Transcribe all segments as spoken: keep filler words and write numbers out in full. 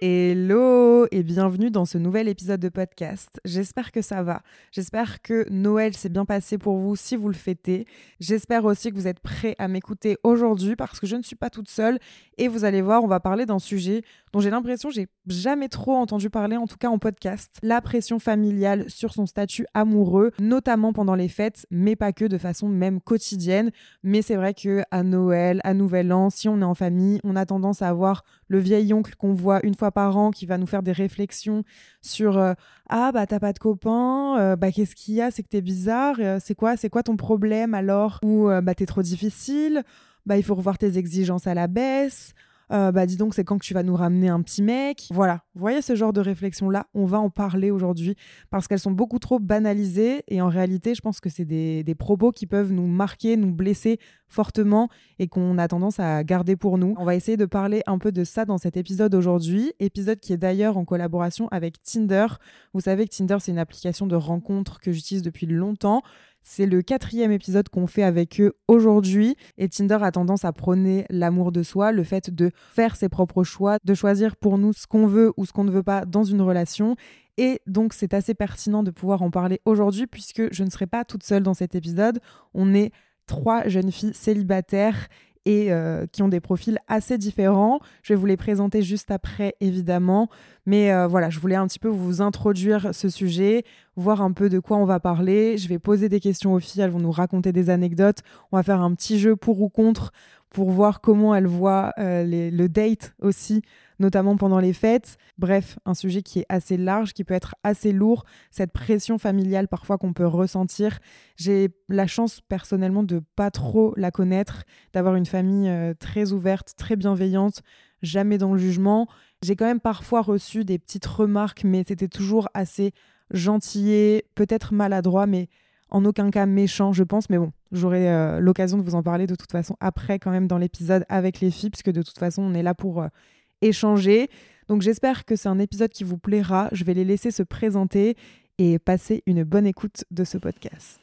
Hello et bienvenue dans ce nouvel épisode de podcast. J'espère que ça va. J'espère que Noël s'est bien passé pour vous si vous le fêtez. J'espère aussi que vous êtes prêts à m'écouter aujourd'hui parce que je ne suis pas toute seule et vous allez voir, on va parler d'un sujet dont j'ai l'impression que j'ai jamais trop entendu parler, en tout cas en podcast. La pression familiale sur son statut amoureux, notamment pendant les fêtes, mais pas que, de façon même quotidienne. Mais c'est vrai qu'à Noël, à Nouvel An, si on est en famille, on a tendance à avoir le vieil oncle qu'on voit une fois par an qui va nous faire des réflexions sur euh, ah bah t'as pas de copain, euh, bah qu'est-ce qu'il y a, c'est que t'es bizarre, euh, c'est quoi c'est quoi ton problème alors, ou euh, bah t'es trop difficile, bah il faut revoir tes exigences à la baisse. Euh, bah dis donc c'est quand que tu vas nous ramener un petit mec. Voilà, vous voyez ce genre de réflexion là, on va en parler aujourd'hui parce qu'elles sont beaucoup trop banalisées et en réalité je pense que c'est des, des propos qui peuvent nous marquer, nous blesser fortement et qu'on a tendance à garder pour nous. On va essayer de parler un peu de ça dans cet épisode aujourd'hui, épisode qui est d'ailleurs en collaboration avec Tinder. Vous savez que Tinder c'est une application de rencontre que j'utilise depuis longtemps. C'est le quatrième épisode qu'on fait avec eux aujourd'hui et Tinder a tendance à prôner l'amour de soi, le fait de faire ses propres choix, de choisir pour nous ce qu'on veut ou ce qu'on ne veut pas dans une relation. Et donc c'est assez pertinent de pouvoir en parler aujourd'hui puisque je ne serai pas toute seule dans cet épisode. On est trois jeunes filles célibataires et euh, qui ont des profils assez différents. Je vais vous les présenter juste après, évidemment. Mais euh, voilà, je voulais un petit peu vous introduire ce sujet, voir un peu de quoi on va parler. Je vais poser des questions aux filles, elles vont nous raconter des anecdotes. On va faire un petit jeu pour ou contre pour voir comment elles voient euh, les, le date aussi, notamment pendant les fêtes. Bref, un sujet qui est assez large, qui peut être assez lourd, cette pression familiale parfois qu'on peut ressentir. J'ai la chance personnellement de pas trop la connaître, d'avoir une famille euh, très ouverte, très bienveillante, jamais dans le jugement. J'ai quand même parfois reçu des petites remarques, mais c'était toujours assez gentillé, peut-être maladroit, mais en aucun cas méchant, je pense. Mais bon, j'aurai euh, l'occasion de vous en parler de toute façon après quand même dans l'épisode avec les filles, puisque de toute façon, on est là pour euh, échanger. Donc j'espère que c'est un épisode qui vous plaira. Je vais les laisser se présenter et passer une bonne écoute de ce podcast.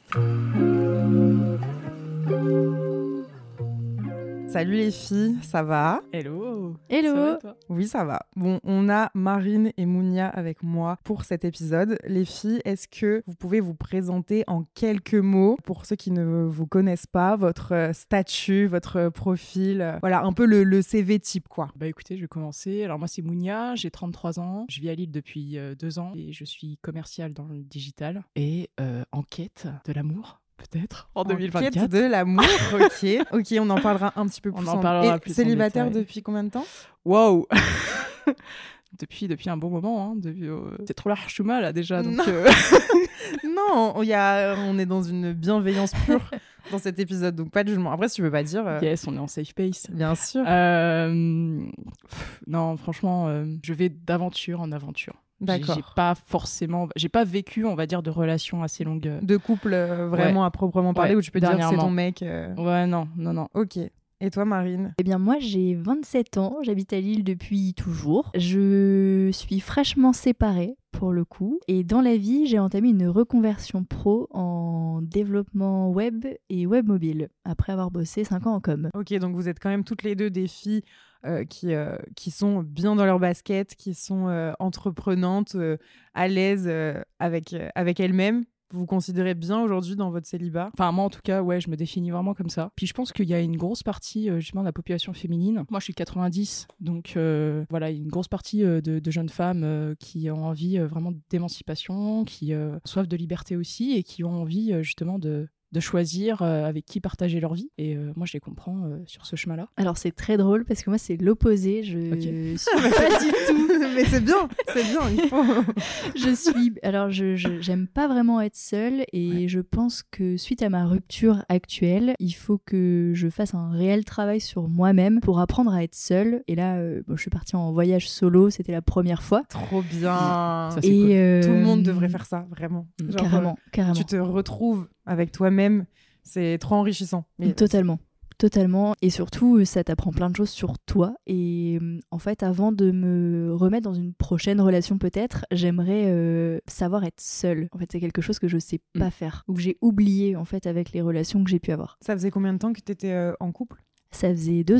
Salut les filles, ça va ? Hello. Hello. Ça va, toi ? Oui, ça va. Bon, on a Marine et Mounia avec moi pour cet épisode. Les filles, est-ce que vous pouvez vous présenter en quelques mots, pour ceux qui ne vous connaissent pas, votre statut, votre profil, euh, voilà, un peu le, le C V type, quoi. Bah écoutez, je vais commencer. Alors moi, c'est Mounia, j'ai trente-trois ans. Je vis à Lille depuis euh, deux ans et je suis commerciale dans le digital et euh, en quête de l'amour. Peut-être en deux mille vingt-quatre. Quête de l'amour, ok. Ok, on en parlera un petit peu plus. On en parlera Et plus en célibataire détail. depuis combien de temps ? Waouh. Depuis, depuis un bon moment. Hein, depuis, euh... C'est trop l'archouma là déjà. Donc, non, euh... non on, y a, on est dans une bienveillance pure dans cet épisode, donc pas de jugement. Après, si tu veux pas dire... Euh... Yes, on est en safe space. Bien sûr. Euh... Pff, non, franchement, euh, je vais d'aventure en aventure. D'accord. J'ai, j'ai pas forcément, j'ai pas vécu, on va dire, de relations assez longues. De couple euh, vraiment ouais. à proprement parler, ouais, où tu peux dire que c'est ton mec. Euh... Ouais, non, non, non. Ok. Et toi, Marine ? Eh bien, moi, j'ai vingt-sept ans, j'habite à Lille depuis toujours. Je suis fraîchement séparée, pour le coup. Et dans la vie, j'ai entamé une reconversion pro en développement web et web mobile, après avoir bossé cinq ans en com. Ok, donc vous êtes quand même toutes les deux des filles euh, qui, euh, qui sont bien dans leur basket, qui sont euh, entreprenantes, euh, à l'aise euh, avec, euh, avec elles-mêmes. Vous vous considérez bien aujourd'hui dans votre célibat ? Enfin, moi, en tout cas, ouais, je me définis vraiment comme ça. Puis je pense qu'il y a une grosse partie, euh, justement, de la population féminine. Moi, je suis quatre-vingt-dix, donc euh, voilà, il y a une grosse partie euh, de, de jeunes femmes euh, qui ont envie euh, vraiment d'émancipation, qui euh, ont soif de liberté aussi et qui ont envie, euh, justement, de... de choisir euh, avec qui partager leur vie. Et euh, moi, je les comprends euh, sur ce chemin-là. Alors, c'est très drôle parce que moi, c'est l'opposé. Je Ok. suis pas du tout... Mais c'est bien, c'est bien, il faut... je suis... Alors, je, je, j'aime pas vraiment être seule et Ouais. je pense que suite à ma rupture actuelle, il faut que je fasse un réel travail sur moi-même pour apprendre à être seule. Et là, euh, bon, je suis partie en voyage solo, c'était la première fois. Trop bien. Ça, c'est Et cool. euh, Tout le monde devrait faire ça, vraiment. Genre, Carrément, euh, carrément. tu te retrouves avec toi-même, c'est trop enrichissant. Mais... Totalement. Totalement. Et surtout, ça t'apprend plein de choses sur toi. Et euh, en fait, avant de me remettre dans une prochaine relation peut-être, j'aimerais euh, savoir être seule. En fait, c'est quelque chose que je sais pas Mm. faire. Ou que j'ai oublié, en fait, avec les relations que j'ai pu avoir. Ça faisait combien de temps que tu étais euh, en couple ? Ça faisait deux ans.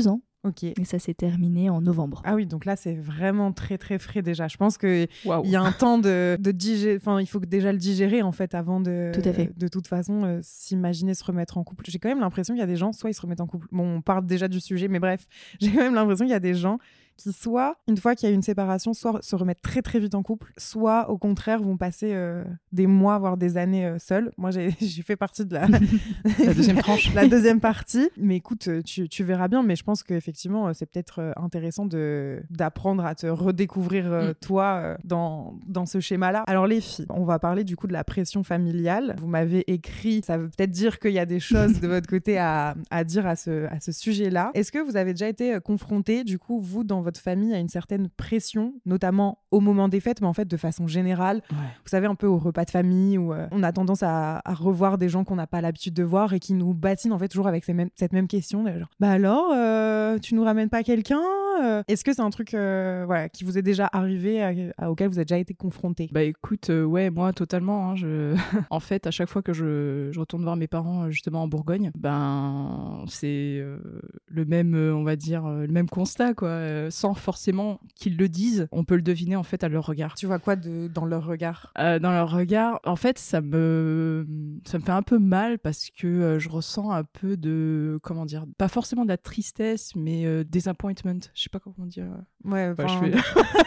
Ok. Et ça s'est terminé en novembre. Ah oui, donc là, c'est vraiment très, très frais déjà. Je pense qu'il Waouh. y a un temps de, de digérer. Enfin, il faut déjà le digérer, en fait, avant de... Tout à fait. De toute façon, euh, s'imaginer se remettre en couple. J'ai quand même l'impression qu'il y a des gens, soit ils se remettent en couple... Bon, on parle déjà du sujet, mais bref. J'ai quand même l'impression qu'il y a des gens qui, soit, une fois qu'il y a une séparation, soit se remettent très, très vite en couple, soit, au contraire, vont passer euh, des mois, voire des années euh, seuls. Moi, j'ai, j'ai fait partie de la... La deuxième tranche. La deuxième partie. Mais écoute, tu, tu verras bien. Mais je pense qu'effectivement, c'est peut-être euh, intéressant de, d'apprendre à te redécouvrir euh, Mm. toi euh, dans, dans ce schéma-là. Alors les filles, on va parler du coup de la pression familiale. Vous m'avez écrit, ça veut peut-être dire qu'il y a des choses de votre côté à, à dire à ce, à ce sujet-là. Est-ce que vous avez déjà été confrontés, du coup, vous, dans votre famille, à une certaine pression, notamment au moment des fêtes, mais en fait de façon générale, Ouais. vous savez, un peu au repas de famille, où euh, on a tendance à, à revoir des gens qu'on n'a pas l'habitude de voir et qui nous batinent en fait toujours avec ces mêmes, cette même question, genre, bah alors, euh, tu nous ramènes pas quelqu'un euh Est-ce que c'est un truc euh, voilà, qui vous est déjà arrivé, à, à, auquel vous avez déjà été confronté? Bah écoute, euh, ouais, moi totalement. Hein, je... en fait, à chaque fois que je, je retourne voir mes parents justement en Bourgogne, ben c'est euh, le même, euh, on va dire, euh, le même constat, quoi. Euh, sans forcément qu'ils le disent, on peut le deviner en fait à leur regard. Tu vois quoi de, dans leur regard? Euh, dans leur regard, en fait, ça me, ça me fait un peu mal parce que euh, je ressens un peu de, comment dire, pas forcément de la tristesse, mais euh, disappointment. Je sais pas comment dire. Ouais, Ouais, enfin... je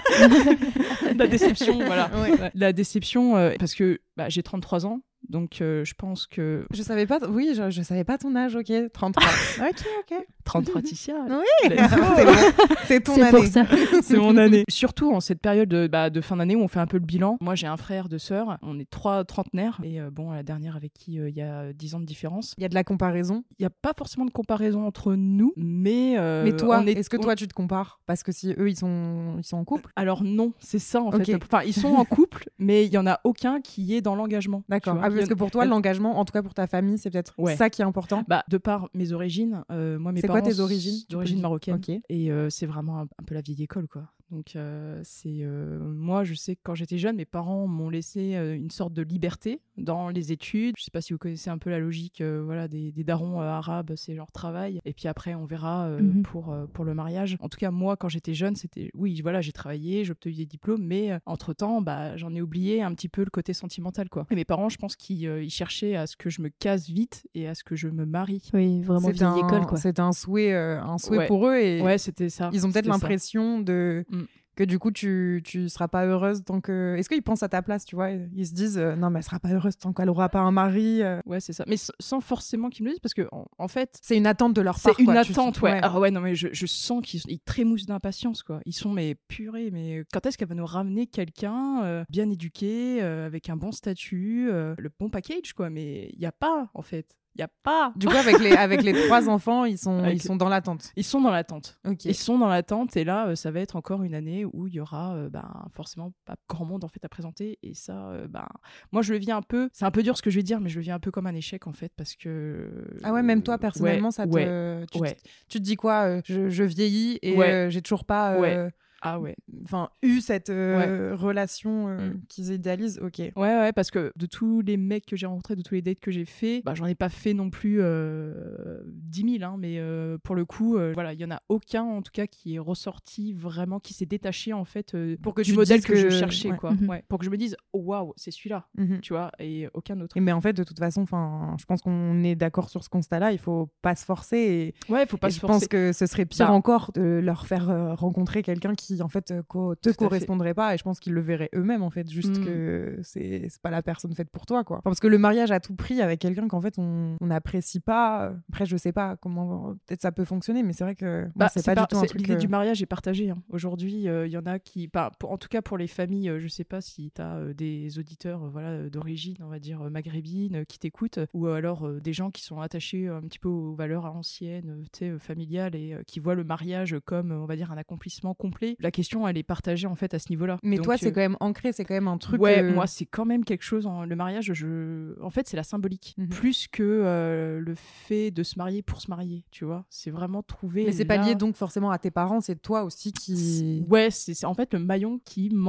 fais... la déception, voilà. Ouais. Ouais. La déception, euh, parce que bah, j'ai trente-trois ans. Donc, euh, je pense que... Je savais pas... t- Oui, je, je savais pas ton âge, ok. trente-trois. Ok, ok. trente-trois, Ticia. Oui, Let's go. c'est, bon. C'est ton C'est année. pour ça. C'est mon année. Surtout en cette période de, bah, de fin d'année où on fait un peu le bilan. Moi, j'ai un frère, deux sœurs. On est trois trentenaires. Et euh, bon, la dernière avec qui euh, il y a dix ans de différence. Il y a de la comparaison. Il n'y a pas forcément de comparaison entre nous, mais... euh, Mais toi, on est... est-ce que on- toi, tu te compares? Parce que si eux, ils sont, ils sont en couple. Alors non, c'est ça en Ok. fait. Enfin, ils sont en couple, mais il y en a aucun qui est dans l'engagement. D'accord. tu vois. Ah, parce Il y en- que pour toi, elle- l'engagement, en tout cas pour ta famille, c'est peut-être Ouais. ça qui est important. Bah, de par mes origines, euh, moi mes C'est parents quoi tes origines? d'origine marocaine. Ok. Et euh, c'est vraiment un, un peu la vieille école, quoi. Donc, euh, c'est euh, moi, je sais que quand j'étais jeune, mes parents m'ont laissé euh, une sorte de liberté dans les études. Je sais pas si vous connaissez un peu la logique, euh, voilà, des, des darons euh, arabes, c'est genre travail. Et puis après, on verra euh, Mhm. pour euh, pour le mariage. En tout cas, moi, quand j'étais jeune, c'était oui, voilà, j'ai travaillé, j'ai obtenu des diplômes, mais euh, entre temps, bah, j'en ai oublié un petit peu le côté sentimental, quoi. Et mes parents, je pense qu'ils euh, ils cherchaient à ce que je me case vite et à ce que je me marie. Oui, vraiment C'est vieille un, école, quoi. c'est un souhait, euh, un souhait Ouais. pour eux et Ouais, c'était ça. ils ont peut-être C'était ça. l'impression de Mm. que du coup tu tu seras pas heureuse tant que. Est-ce qu'ils pensent à ta place, tu vois? Ils se disent euh, non mais elle sera pas heureuse tant qu'elle aura pas un mari. euh. Ouais, c'est ça. Mais s- sans forcément qu'ils me le disent, parce que en, en fait, C'est une attente de leur c'est part. une quoi. Tu- attente, ouais. Ah ouais, non, mais je, je sens qu'ils ils trémoussent d'impatience, quoi. Ils sont, mais purée, mais quand est-ce qu'elle va nous ramener quelqu'un euh, bien éduqué, euh, avec un bon statut, euh, le bon package, quoi. Mais il n'y a pas, en fait. Il n'y a pas. Du coup avec les avec les trois enfants, ils sont Avec ils sont dans l'attente. Ils sont dans l'attente. Ok. Ils sont dans l'attente, et là, euh, ça va être encore une année où il y aura euh, ben, forcément pas grand monde en fait à présenter. Et ça, euh, ben, moi, je le vis un peu. C'est un peu dur ce que je vais dire, mais je le vis un peu comme un échec en fait, parce que. Ah ouais, même toi euh, personnellement, ouais, ça te ouais, tu, ouais. te tu te dis quoi euh, je, je vieillis et Ouais. euh, j'ai toujours pas euh, Ouais. Ah ouais. enfin eu cette euh, relation euh, Mm. qu'ils idéalisent. Ok. Ouais, ouais, parce que de tous les mecs que j'ai rencontrés, de tous les dates que j'ai fait, bah, j'en ai pas fait non plus euh, dix mille, hein, mais euh, pour le coup, euh, voilà, il y en a aucun en tout cas qui est ressorti vraiment, qui s'est détaché en fait euh, Pour que du tu te modèle dises que, que- je cherchais, ouais. quoi. Mhm. Ouais, pour que je me dise, oh, waouh, c'est celui-là, Mhm. tu vois, et aucun autre. Et mais en fait, de toute façon, enfin, je pense qu'on est d'accord sur ce constat-là. Il faut pas se forcer. Et, Ouais, faut pas et se je forcer. pense que ce serait pire Bah. encore de leur faire euh, rencontrer quelqu'un qui, en fait, euh, co- te Tout à fait. correspondrait pas. Et je pense qu'ils le verraient eux-mêmes, en fait, juste Mm. que c'est c'est pas la personne faite pour toi, quoi. Enfin, parce que le mariage à tout prix avec quelqu'un qu'en fait on on n'apprécie pas. Après, je sais pas comment peut-être ça peut fonctionner, mais c'est vrai que moi, Bah, c'est pas, du tout un c'est- truc. L'idée euh, du mariage est partagée. hein. Aujourd'hui, il y en a qui, bah, pour- en tout cas pour les familles, euh, je sais pas si tu as des auditeurs euh, voilà, euh, d'origine, on va dire euh, maghrébine, euh, qui t'écoutent, ou alors euh, des gens qui sont attachés euh, un petit peu aux valeurs anciennes, euh, tu sais, euh, familiales, et euh, qui voient le mariage comme, euh, on va dire, un accomplissement complet. La question, elle est partagée en fait à ce niveau-là. Mais Donc, toi, c'est euh, quand même ancré, c'est quand même un truc. Ouais, euh, moi, c'est quand même quelque chose. En... Le mariage, je... en fait, c'est la symbolique. Mhm. Plus que euh, le fait de se marier pour se marier, tu vois. C'est vraiment trouver. Mais c'est pas la- lié donc forcément à tes parents, c'est toi aussi qui. Ouais, c'est c'est en fait le maillon qui manque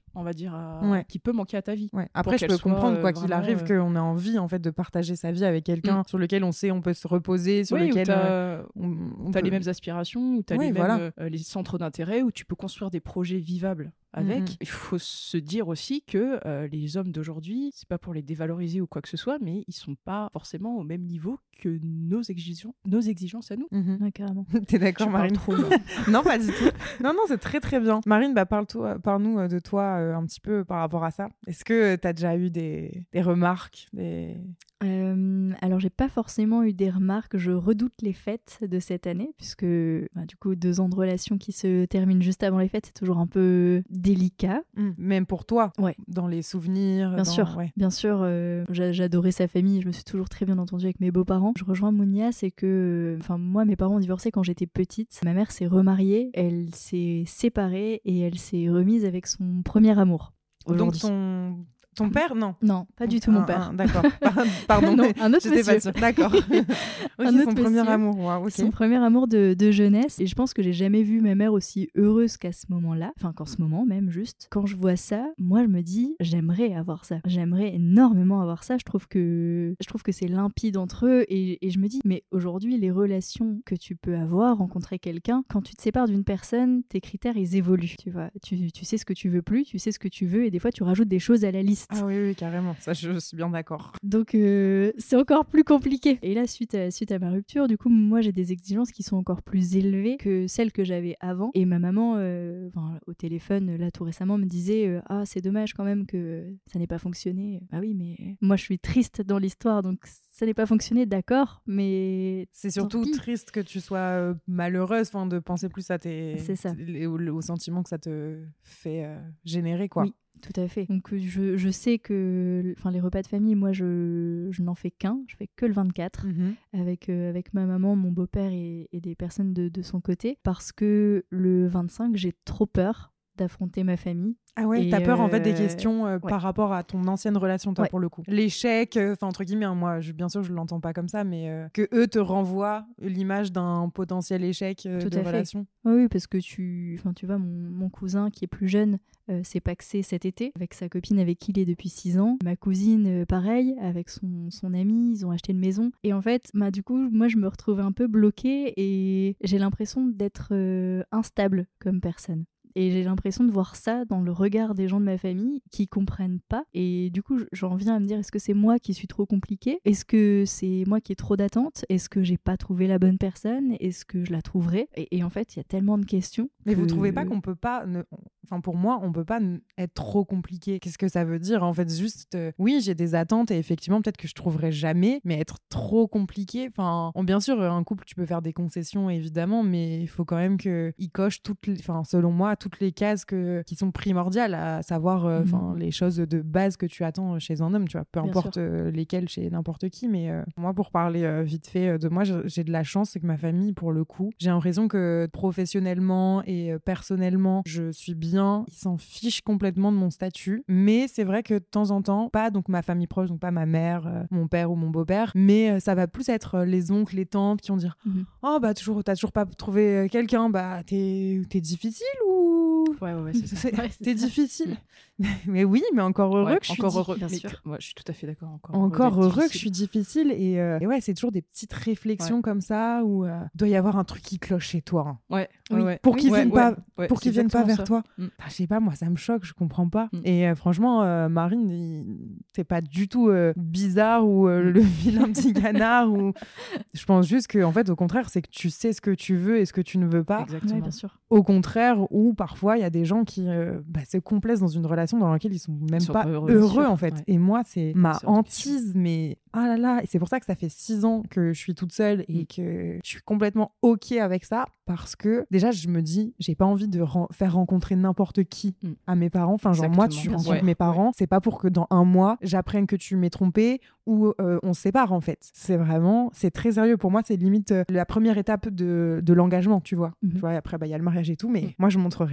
on va dire, à... ouais. qui peut manquer à ta vie. Ouais. Après, je peux soit, comprendre, euh, quoi qu'il vraiment, arrive, euh... qu'on a envie en fait, de partager sa vie avec quelqu'un mm. sur lequel on sait on peut se reposer, sur oui, lequel t'as, euh, on, on t'as peut... les mêmes aspirations, ou t'as oui, les voilà. mêmes euh, les centres d'intérêt, où tu peux construire des projets vivables avec. Mm-hmm. Il faut se dire aussi que euh, les hommes d'aujourd'hui, c'est pas pour les dévaloriser ou quoi que ce soit, mais ils sont pas forcément au même niveau que nos exigences, nos exigences à nous. Mm-hmm. Ouais, carrément. T'es d'accord, Je Marine? trop, Non, pas du tout. Non, non, c'est très très bien. Marine, bah, parle-toi, parle-nous de toi euh, un petit peu par rapport à ça. Est-ce que t'as déjà eu des, des remarques des... Euh, alors, j'ai pas forcément eu des remarques. Je redoute les fêtes de cette année, puisque bah, du coup, deux ans de relation qui se terminent juste avant les fêtes, c'est toujours un peu délicat. Mmh. Même pour toi, ouais. Dans les souvenirs. Bien dans... sûr, ouais. bien sûr. Euh, j'adorais sa famille. Je me suis toujours très bien entendue avec mes beaux-parents. Je rejoins Mounia, c'est que, enfin, moi, mes parents ont divorcé quand j'étais petite. Ma mère s'est remariée, elle s'est séparée et elle s'est remise avec son premier amour. Donc ton Ton père, non? Non, pas du tout mon père. Un, un, d'accord. Pardon. Non, un autre J'étais monsieur. Pas sûre. D'accord. Okay, un son autre premier monsieur. amour. Wow, okay. Son premier amour de, de jeunesse. Et je pense que j'ai jamais vu ma mère aussi heureuse qu'à ce moment-là. Enfin, qu'en ce moment même, juste. Quand je vois ça, moi, je me dis, j'aimerais avoir ça. J'aimerais énormément avoir ça. Je trouve que, je trouve que c'est limpide entre eux. Et, et je me dis, mais aujourd'hui, les relations que tu peux avoir, rencontrer quelqu'un, quand tu te sépares d'une personne, tes critères, ils évoluent. Tu vois, tu, tu sais ce que tu veux plus, tu sais ce que tu veux. Et des fois, tu rajoutes des choses à la liste. Ah oui, oui, carrément. Ça, je suis bien d'accord. Donc, euh, c'est encore plus compliqué. Et là, suite à, suite à ma rupture, du coup, moi, j'ai des exigences qui sont encore plus élevées que celles que j'avais avant. Et ma maman, euh, au téléphone, là, tout récemment, me disait euh, « Ah, c'est dommage quand même que ça n'ait pas fonctionné. » Bah oui, mais moi, je suis triste dans l'histoire, donc ça n'ait pas fonctionné, d'accord, mais... C'est surtout triste que tu sois euh, malheureuse, enfin, de penser plus à tes... C'est ça. T- aux, aux sentiments que ça te fait euh, générer, quoi. Oui. Tout à fait. Donc je, je sais que enfin, les repas de famille, moi, je, je n'en fais qu'un. Je fais que le vingt-quatre mm-hmm. avec, euh, avec ma maman, mon beau-père et, et des personnes de, de son côté. Parce que le vingt-cinq, j'ai trop peur d'affronter ma famille. Ah ouais, et t'as peur euh... en fait des questions euh, ouais. par rapport à ton ancienne relation, toi, ouais. pour le coup. L'échec, enfin euh, entre guillemets, hein, moi, je, bien sûr, je l'entends pas comme ça, mais euh, que eux te renvoient l'image d'un potentiel échec euh, de relation. Oui, oui, parce que tu, enfin, tu vois, mon, mon cousin qui est plus jeune euh, s'est pacsé cet été avec sa copine avec qui il est depuis six ans. Ma cousine, euh, pareil, avec son, son ami, ils ont acheté une maison. Et en fait, bah, du coup, moi, je me retrouvais un peu bloquée et j'ai l'impression d'être euh, instable comme personne. Et j'ai l'impression de voir ça dans le regard des gens de ma famille qui comprennent pas. Et du coup, j'en viens à me dire, est-ce que c'est moi qui suis trop compliquée? Est-ce que c'est moi qui ai trop d'attentes? Est-ce que j'ai pas trouvé la bonne personne? Est-ce que je la trouverai? et, et en fait, il y a tellement de questions. Mais que... vous trouvez pas qu'on peut pas... Ne... Enfin, pour moi, on peut pas être trop compliqué. Qu'est-ce que ça veut dire? En fait, juste, euh, oui, j'ai des attentes et effectivement, peut-être que je trouverai jamais, mais être trop compliqué... Enfin, bon, bien sûr, un couple, tu peux faire des concessions, évidemment, mais il faut quand même qu'il coche toutes les... Enfin, selon moi, toutes les cases que... qui sont primordiales, à savoir euh, mm-hmm. les choses de base que tu attends chez un homme, tu vois, peu bien importe euh, lesquelles chez n'importe qui. Mais euh, moi, pour parler euh, vite fait de moi, j'ai de la chance, c'est que ma famille, pour le coup, j'ai l'impression que professionnellement et euh, personnellement, je suis bien. Ils s'en fichent complètement de mon statut. Mais c'est vrai que de temps en temps, pas donc ma famille proche, donc pas ma mère, euh, mon père ou mon beau-père, mais euh, ça va plus être les oncles, les tantes qui vont dire mm-hmm. Oh, bah, toujours, t'as toujours pas trouvé quelqu'un, bah, t'es, t'es difficile ou. Ouais, ouais, ouais, c'est ça. Ouais, t'es difficile. Mais oui, mais encore heureux ouais, que je encore suis heureux. Bien mais sûr. Moi, je suis tout à fait d'accord. Encore, encore heureux que je suis difficile. Et, euh, et ouais, c'est toujours des petites réflexions ouais. comme ça où il euh, doit y avoir un truc qui cloche chez toi. Hein. Ouais, oui. ouais. Pour qu'ils ouais, viennent ouais, pas, ouais, pour qu'ils viennent pas vers ça. toi. Mm. Bah, je sais pas, moi, ça me choque, je comprends pas. Mm. Et euh, franchement, euh, Marine, il... t'es pas du tout euh, bizarre ou euh, le vilain petit canard. Ou... Je pense juste que, en fait, au contraire, c'est que tu sais ce que tu veux et ce que tu ne veux pas. Exactement. Ouais, bien sûr. Au contraire, où parfois, il y a des gens qui euh, bah, se complaisent dans une relation dans laquelle ils sont même Sur pas heureux, heureux, sûr. en fait. Ouais. Et moi, c'est ma c'est hantise, mais ah là là. Et c'est pour ça que ça fait six ans que je suis toute seule et mm. que je suis complètement OK avec ça, parce que déjà, je me dis, j'ai pas envie de ren- faire rencontrer n'importe qui mm. à mes parents. Enfin, genre, moi, tu rencontres ouais. mes parents, ouais. c'est pas pour que dans un mois, j'apprenne que tu m'es trompée ou euh, on se sépare, en fait. C'est vraiment, c'est très sérieux. Pour moi, c'est limite euh, la première étape de, de l'engagement, tu vois. Mm-hmm. Tu vois, après, bah, il y a le mariage et tout, mais mm. moi, je montrerai jamais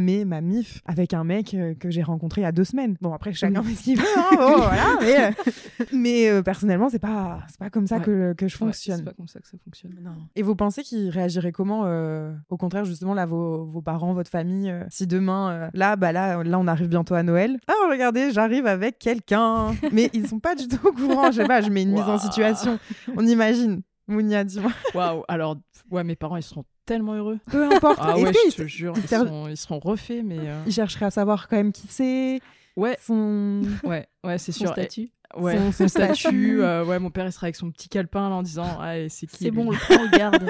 cramer ma mif avec un mec euh, que j'ai rencontré il y a deux semaines. Bon, après, chacun fait ce qu'il veut, hein, bon, voilà, mais, euh, mais euh, personnellement, c'est pas, c'est pas comme ça Ouais. que, que je Ouais, fonctionne. c'est pas comme ça que ça fonctionne. Non. Et vous pensez qu'ils réagiraient comment euh, au contraire, justement, là, vos, vos parents, votre famille, euh, si demain, euh, là, bah là, là, on arrive bientôt à Noël. Ah, regardez, j'arrive avec quelqu'un. Mais ils sont pas du tout au courant. Je sais pas, je mets une mise en situation. On imagine. Mounia, dis-moi. Waouh, alors, ouais, mes parents, ils seront tellement heureux. Peu importe. Ah Est-ce ouais, qu'ils je te jure, ils ils, servent- seront, ils seront refaits, mais... euh, ils chercheraient à savoir quand même qui c'est, Ouais, son, ouais, ouais, c'est Son sûr. statut. Et- ouais, son- son son statut. statut. euh, ouais, mon père, il sera avec son petit calepin là en disant, allez, c'est qui C'est bon, on lui le prend, on le garde.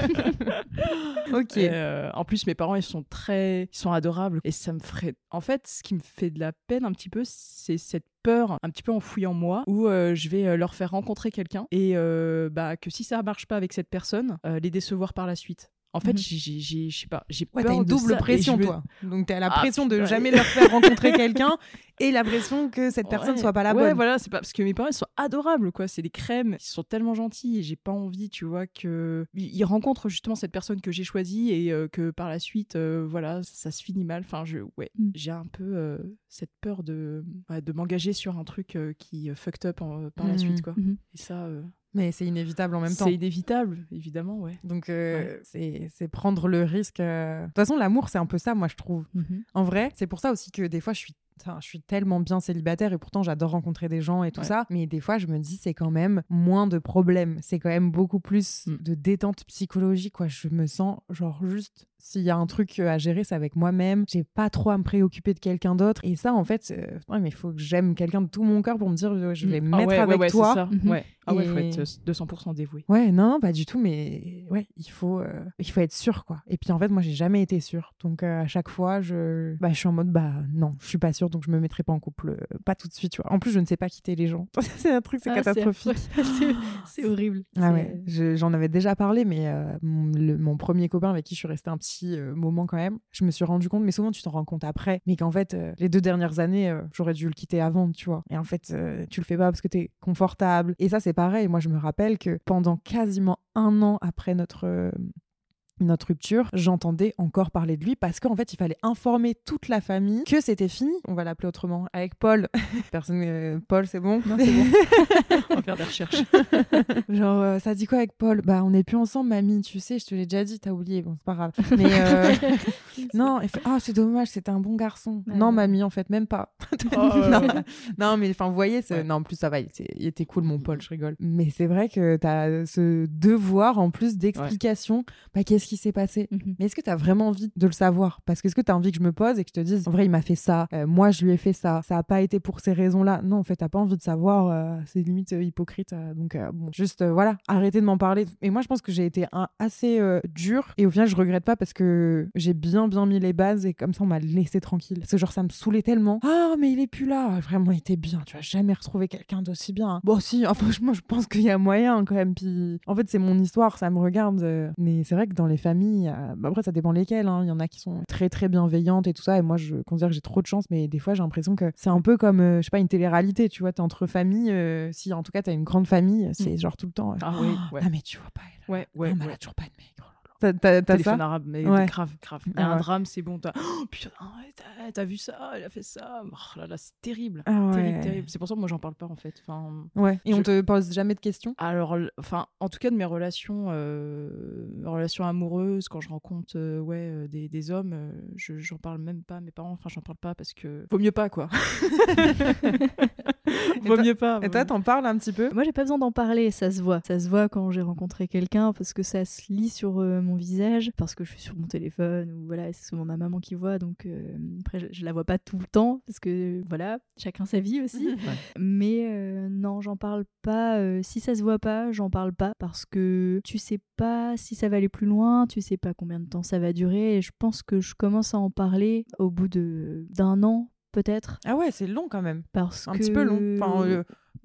Ok. Et, euh, en plus, mes parents, ils sont très, ils sont adorables. Et ça me ferait, en fait, ce qui me fait de la peine un petit peu, c'est cette peur un petit peu enfouie en moi, où euh, je vais euh, leur faire rencontrer quelqu'un et euh, bah que si ça marche pas avec cette personne, euh, les décevoir par la suite. En fait, Mhm. j'ai, j'ai, j'ai- je sais pas, j'ai Ouais, peur t'as une de double ça, et pression, je me- toi. Donc t'as la Ah, pression de putain, jamais et- leur faire rencontrer quelqu'un et la pression que cette personne Ouais, soit pas la ouais, bonne. voilà, c'est pas parce que mes parents ils sont adorables quoi, c'est des crèmes, ils sont tellement gentils et j'ai pas envie, tu vois, que ils ils rencontrent justement cette personne que j'ai choisie et euh, que par la suite euh, voilà, ça, ça se finit mal. Enfin, je ouais, Mm. j'ai un peu euh, cette peur de ouais, de m'engager sur un truc euh, qui euh, fucked up en- par la Mm. suite quoi. Mhm. Et ça euh, Mais c'est inévitable en même temps. c'est inévitable, évidemment, ouais. Donc euh, c'est, c'est prendre le risque. euh. De toute façon, l'amour, c'est un peu ça, moi, je trouve. Mhm. En vrai, c'est pour ça aussi que des fois, je suis, enfin, je suis tellement bien célibataire et pourtant, j'adore rencontrer des gens et tout Ouais. ça. Mais des fois, je me dis, c'est quand même moins de problèmes. C'est quand même beaucoup plus Mm. de détente psychologique, quoi. Je me sens genre juste... S'il y a un truc à gérer, c'est avec moi-même. J'ai pas trop à me préoccuper de quelqu'un d'autre. Et ça, en fait, euh, ouais, mais il faut que j'aime quelqu'un de tout mon cœur pour me dire, euh, je vais me Ah mettre ouais, avec ouais, ouais, toi. c'est ça. Mhm. Ouais. Ah ouais, faut Et- être euh, deux cents pour cent dévoué. Ouais, non, pas du tout, mais ouais, il faut, euh, il faut être sûr, quoi. Et puis en fait, moi, j'ai jamais été sûre. Donc euh, à chaque fois, je, bah, je suis en mode, bah non, je suis pas sûre, donc je me mettrai pas en couple, euh, pas tout de suite, tu vois. En plus, je ne sais pas quitter les gens. c'est un truc, c'est Ah, catastrophique. affreux. c'est, c'est horrible. Ah C'est- ouais, je- j'en avais déjà parlé, mais euh, mon, le- mon premier copain avec qui je suis restée un petit euh, moment quand même, je me suis rendu compte, mais souvent tu t'en rends compte après, mais qu'en fait, euh, les deux dernières années, euh, j'aurais dû le quitter avant, tu vois. Et en fait, euh, tu le fais pas parce que t'es confortable. Et ça, c'est pareil. Moi, je me rappelle que pendant quasiment un an après notre... euh, notre rupture, j'entendais encore parler de lui parce qu'en fait, il fallait informer toute la famille que c'était fini. On va l'appeler autrement. Avec Paul. Personne, euh, Paul, c'est bon. Non, c'est bon. On va faire des recherches. Genre, euh, ça dit quoi avec Paul? Bah, on n'est plus ensemble, mamie. Tu sais, je te l'ai déjà dit, t'as oublié. Bon, c'est pas grave. Mais euh, non, elle fait, ah, c'est dommage, c'était un bon garçon. Ouais, non, ouais. mamie, en fait, même pas. Oh, ouais, non, ouais. non, mais enfin, vous voyez, c'est- Ouais. non, en plus, ça va. Il était, il était cool, mon Paul, je rigole. Mais c'est vrai que t'as ce devoir, en plus d'explication. Bah, qu'est-ce qui s'est passé? Mhm. Mais est-ce que tu as vraiment envie de le savoir? Parce que est-ce que tu as envie que je me pose et que je te dise, en vrai, il m'a fait ça, euh, moi, je lui ai fait ça, ça n'a pas été pour ces raisons-là. Non, en fait, tu pas envie de savoir, euh, c'est limite euh, hypocrite. euh, donc, euh, bon, juste, euh, voilà, arrêtez de m'en parler. Et moi, je pense que j'ai été un, assez euh, dure. Et au final, je regrette pas parce que j'ai bien, bien mis les bases et comme ça, on m'a laissé tranquille. Parce que, genre, ça me saoulait tellement. Ah, mais il est plus là. Vraiment, il était bien. Tu vas jamais retrouver quelqu'un d'aussi bien. Bon, si, hein, franchement, je pense qu'il y a moyen quand même. Puis, en fait, c'est mon histoire, ça me regarde. euh, Mais c'est vrai que dans les familles, euh, bah, après, ça dépend lesquelles. hein. Il y en a qui sont très, très bienveillantes et tout ça. Et moi, je considère que j'ai trop de chance. Mais des fois, j'ai l'impression que c'est un peu comme, euh, je sais pas, une télé-réalité. Tu vois, t'es entre familles. euh, si en tout cas, t'as une grande famille, c'est genre tout le temps. euh, Ah oui, ouais. Ah, mais tu vois pas. Elle, Ouais, ouais. non, mais elle ouais. a toujours pas de mec. Oh là là. T'as, t'as, t'as Téléphone ça? arabe, mais Ouais. grave, grave. Il y Ah a un ouais. drame, c'est bon. T'as... Oh, putain, t'as, t'as vu ça, il a fait ça. Oh là là, c'est terrible. Ah ouais. Terrible, terrible. C'est pour ça que moi, j'en parle pas, en fait. Enfin, Ouais. Et on Je- te pose jamais de questions? alors, l- enfin, en tout cas, de mes relations, euh, mes relations amoureuses, quand je rencontre euh, ouais, euh, des, des hommes, euh, je, j'en parle même pas à mes parents. Enfin, j'en parle pas parce que vaut mieux pas, quoi. vaut toi- mieux pas. Et toi, t'en parles un petit peu? Moi, j'ai pas besoin d'en parler, ça se voit. Ça se voit quand j'ai rencontré quelqu'un parce que ça se lit sur euh, mon visage, parce que je suis sur mon téléphone ou voilà, c'est souvent ma maman qui voit. Donc euh, après, je, je la vois pas tout le temps parce que voilà, chacun sa vie aussi. Mais euh, non, j'en parle pas. euh, si ça se voit pas, j'en parle pas parce que tu sais pas si ça va aller plus loin, tu sais pas combien de temps ça va durer. Et je pense que je commence à en parler au bout de d'un an peut-être Ah ouais, c'est long quand même. parce Un que petit peu long. Enfin, euh,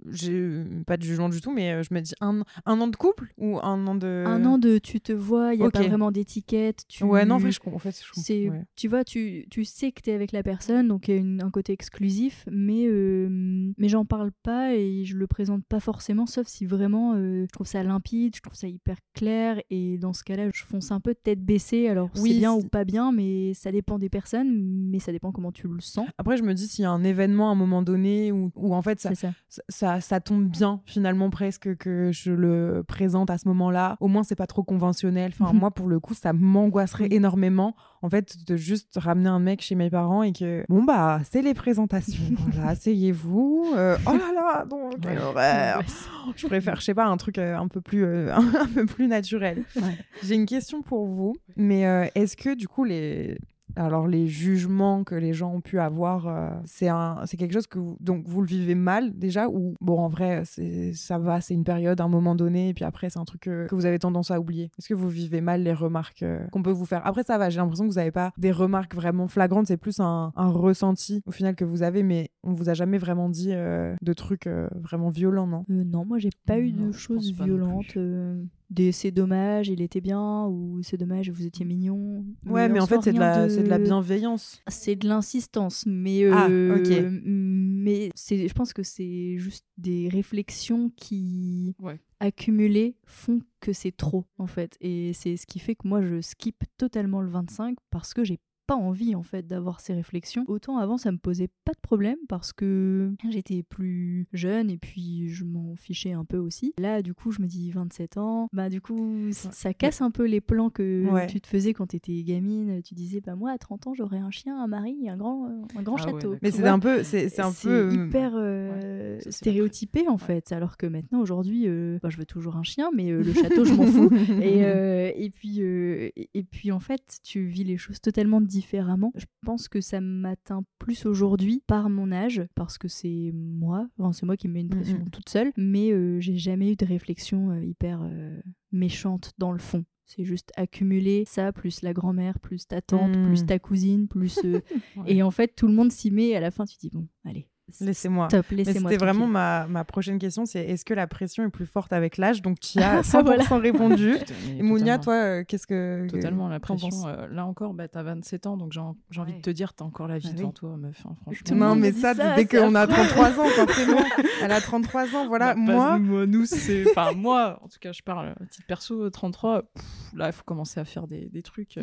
j'ai pas de jugement du tout, mais je me dis un, un an de couple ou un an de... Un an de tu te vois, il n'y a okay. pas vraiment d'étiquette. Tu... Ouais, non, en fait, je comprends. En fait, je comprends. C'est, ouais. Tu vois, tu, tu sais que tu es avec la personne, donc il y a une, un côté exclusif, mais, euh, mais j'en parle pas et je le présente pas forcément, sauf si vraiment euh, je trouve ça limpide, je trouve ça hyper clair, et dans ce cas-là, je fonce un peu tête baissée. Alors, oui, c'est bien c'est... ou pas bien, mais ça dépend des personnes, mais ça dépend comment tu le sens. Après, je me dis, s'il y a un événement à un moment donné où, où en fait, ça, ça. Ça, ça, ça tombe bien, finalement, presque, que je le présente à ce moment-là. Au moins, c'est pas trop conventionnel. Enfin, moi, pour le coup, ça m'angoisserait oui. énormément, en fait, de juste ramener un mec chez mes parents et que, bon, bah, c'est les présentations. Voilà, asseyez-vous. Euh, oh là là, donc, quelle horreur. Je préfère, je sais pas, un truc euh, un peu plus, euh, un peu plus naturel. Ouais. J'ai une question pour vous, mais euh, est-ce que, du coup, les... Alors, les jugements que les gens ont pu avoir, euh, c'est, un, c'est quelque chose que vous, donc, vous le vivez mal déjà, ou bon, en vrai, c'est, ça va, c'est une période, un moment donné, et puis après, c'est un truc que, que vous avez tendance à oublier. Est-ce que vous vivez mal les remarques euh, qu'on peut vous faire? Après, ça va, j'ai l'impression que vous n'avez pas des remarques vraiment flagrantes, c'est plus un, un ressenti au final que vous avez, mais on vous a jamais vraiment dit euh, de trucs euh, vraiment violents, non? euh, Non, moi, j'ai pas eu non, de choses violentes. Des c'est dommage, il était bien, ou c'est dommage, vous étiez mignon. Ouais, mais, mais en fait, c'est de, la, de... c'est de la bienveillance. C'est de l'insistance, mais, ah, euh, okay. mais c'est, je pense que c'est juste des réflexions qui, ouais. accumulées, font que c'est trop, en fait. Et c'est ce qui fait que moi, je skip totalement le vingt-cinq parce que j'ai pas envie en fait d'avoir ces réflexions. Autant avant ça me posait pas de problème parce que j'étais plus jeune et puis je m'en fichais un peu aussi. Là du coup je me dis vingt-sept ans, bah du coup ouais. ça casse un peu les plans que ouais. tu te faisais quand t'étais gamine. Tu disais bah moi à trente ans j'aurais un chien, un mari, un grand, un grand ah château. Ouais, mais c'est un peu, c'est, c'est un c'est peu hyper euh, ouais, stéréotypé en fait. Ouais. Alors que maintenant aujourd'hui, euh, bah, je veux toujours un chien, mais euh, le château je m'en fous. Et, euh, et puis euh, et puis en fait tu vis les choses totalement différemment. différemment. Je pense que ça m'atteint plus aujourd'hui par mon âge, parce que c'est moi, enfin, c'est moi qui me mets une pression mmh. toute seule, mais euh, j'ai jamais eu de réflexion euh, hyper euh, méchante dans le fond. C'est juste accumuler ça, plus la grand-mère, plus ta tante, mmh. plus ta cousine, plus... Euh... ouais. Et en fait, tout le monde s'y met et à la fin, tu te dis, bon, allez, laissez-moi. Top, laissez-moi. Mais c'était vraiment ma, ma prochaine question, c'est est-ce que la pression est plus forte avec l'âge? Donc tu y as cent pour cent voilà. répondu. Et Mounia, toi, euh, qu'est-ce que... Totalement, la pression. Euh, là encore, bah, t'as vingt-sept ans, donc j'ai, j'ai envie ouais. de te dire, t'as encore la vie ah, devant oui. toi, meuf. Hein, franchement. Non, mais ça, ça dès qu'on a trente-trois ans, forcément. Elle a trente-trois ans, voilà. Bah, moi... moi, nous, c'est... Enfin, moi, en tout cas, je parle à titre perso, trente-trois, pff, là, il faut commencer à faire des, des trucs... Euh...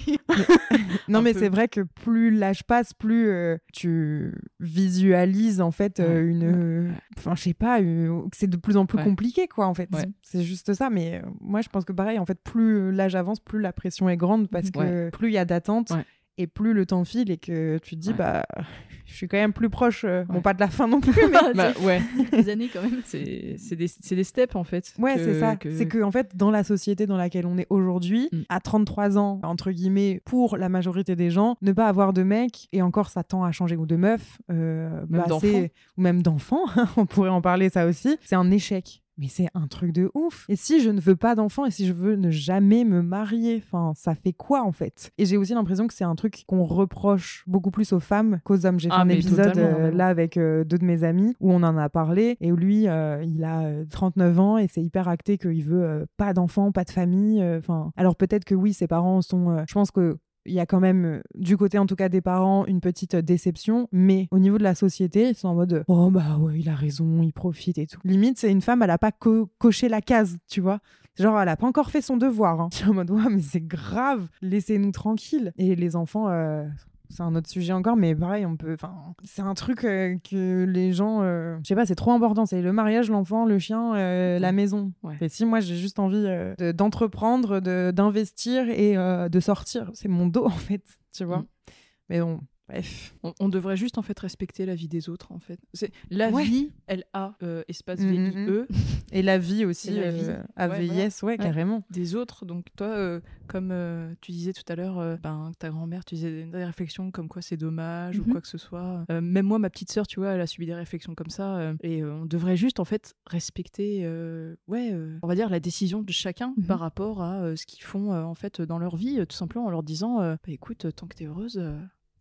non, mais peu... c'est vrai que plus l'âge passe, plus euh, tu visualises, en fait... Euh, une enfin ouais. je sais pas une... c'est de plus en plus ouais. compliqué quoi en fait ouais. c'est juste ça, mais euh, moi je pense que pareil en fait plus l'âge avance, plus la pression est grande parce que ouais. plus il y a d'attente ouais. et plus le temps file et que tu te dis ouais. bah je suis quand même plus proche euh, ouais. bon pas de la fin non plus mais bah, ouais des années quand même c'est, c'est, des, c'est des steps en fait ouais que, c'est ça que... c'est que en fait dans la société dans laquelle on est aujourd'hui mm. à trente-trois ans entre guillemets pour la majorité des gens ne pas avoir de mec et encore ça tend à changer ou de meuf euh, même bah, d'enfants c'est... ou même d'enfants on pourrait en parler ça aussi c'est un échec. Mais c'est un truc de ouf. Et si je ne veux pas d'enfant et si je veux ne jamais me marier, enfin, ça fait quoi en fait? Et j'ai aussi l'impression que c'est un truc qu'on reproche beaucoup plus aux femmes qu'aux hommes. J'ai fait ah, un épisode euh, là avec euh, deux de mes amis où on en a parlé et où lui, euh, il a euh, trente-neuf ans et c'est hyper acté qu'il veut euh, pas d'enfant, pas de famille. Enfin, euh, alors peut-être que oui, ses parents sont. Euh, je pense que il y a quand même, du côté en tout cas des parents, une petite déception, mais au niveau de la société, ils sont en mode « Oh bah ouais, il a raison, il profite et tout ». Limite, c'est une femme, elle a pas co- coché la case, tu vois. Genre, elle a pas encore fait son devoir. Hein. Je suis en mode « Ouais, mais c'est grave, laissez-nous tranquilles ». Et les enfants... Euh... c'est un autre sujet encore, mais pareil, on peut. Enfin, c'est un truc euh, que les gens, euh, je sais pas, c'est trop important. C'est le mariage, l'enfant, le chien, euh, la maison. Ouais. Et si moi j'ai juste envie euh, de, d'entreprendre, de, d'investir et euh, de sortir, c'est mon dos en fait, tu vois. Mm. Mais bon. Bref. On, on devrait juste en fait respecter la vie des autres en fait. C'est la ouais. vie, elle a euh, espace V I E et la vie aussi et la vie. Euh, A V I S, ouais, ouais, ouais, carrément. Des autres. Donc toi, euh, comme euh, tu disais tout à l'heure, euh, ben ta grand-mère, tu disais des réflexions comme quoi c'est dommage mm-hmm. ou quoi que ce soit. Euh, même moi, ma petite sœur, tu vois, elle a subi des réflexions comme ça euh, et euh, on devrait juste en fait respecter, euh, ouais, euh, on va dire la décision de chacun mm-hmm. par rapport à euh, ce qu'ils font euh, en fait dans leur vie, tout simplement en leur disant, euh, bah écoute, tant que t'es heureuse. Euh,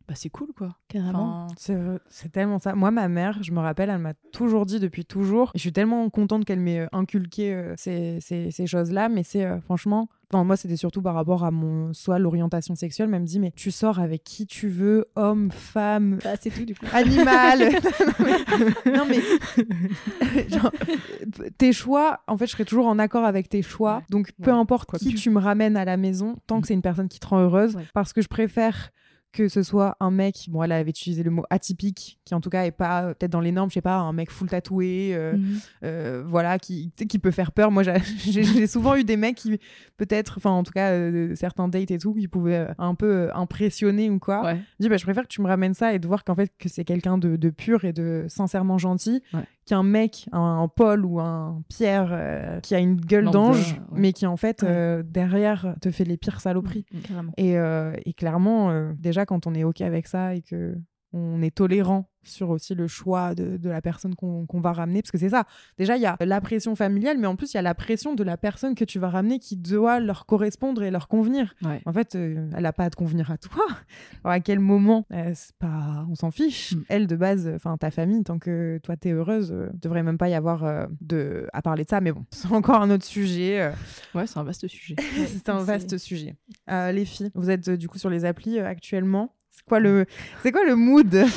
bah c'est cool quoi. Carrément. Enfin... C'est, c'est tellement ça. Moi, ma mère, je me rappelle, elle m'a toujours dit depuis toujours, et je suis tellement contente qu'elle m'ait inculqué euh, ces, ces, ces choses-là, mais c'est euh, franchement... Enfin, moi, c'était surtout par rapport à mon, soit l'orientation sexuelle, mais elle me dit, mais tu sors avec qui tu veux, homme, femme, Bah, c'est tout du coup. animal. Non, mais genre, tes choix, en fait, je serai toujours en accord avec tes choix. Ouais. Donc, peu Ouais. importe Quoi qui que tu me ramènes à la maison, tant que c'est une personne qui te rend heureuse, Ouais. parce que je préfère que ce soit un mec, bon, elle avait utilisé le mot atypique, qui en tout cas est pas euh, peut-être dans les normes, je sais pas, un mec full tatoué, euh, Mhm. euh, voilà, qui, qui peut faire peur. Moi, j'ai, j'ai, j'ai souvent eu des mecs qui, peut-être, enfin, en tout cas, euh, certains dates et tout, qui pouvaient euh, un peu euh, impressionner ou quoi. Ouais. Je dis, bah, je préfère que tu me ramènes ça et de voir qu'en fait, que c'est quelqu'un de, de pur et de sincèrement gentil, Ouais. qu'un mec, un, un Paul ou un Pierre, euh, qui a une gueule Lambda, d'ange, ouais. mais qui en fait, Ouais. euh, derrière, te fait les pires saloperies. Carrément. Et, euh, et clairement, euh, déjà, quand on est OK avec ça et que on est tolérant sur aussi le choix de, de la personne qu'on, qu'on va ramener, parce que c'est ça. Déjà, il y a la pression familiale, mais en plus, il y a la pression de la personne que tu vas ramener qui doit leur correspondre et leur convenir. Ouais. En fait, euh, elle n'a pas à te convenir à toi. Alors, à quel moment euh, c'est pas... On s'en fiche. Mm. Elle, de base, enfin ta famille, tant que toi, t'es heureuse, euh, devrait même pas y avoir euh, de... à parler de ça. Mais bon, c'est encore un autre sujet. euh, Ouais, c'est un vaste sujet. c'est un c'est- vaste sujet. Euh, les filles, vous êtes euh, du coup sur les applis euh, actuellement. C'est quoi le, c'est quoi le mood? Le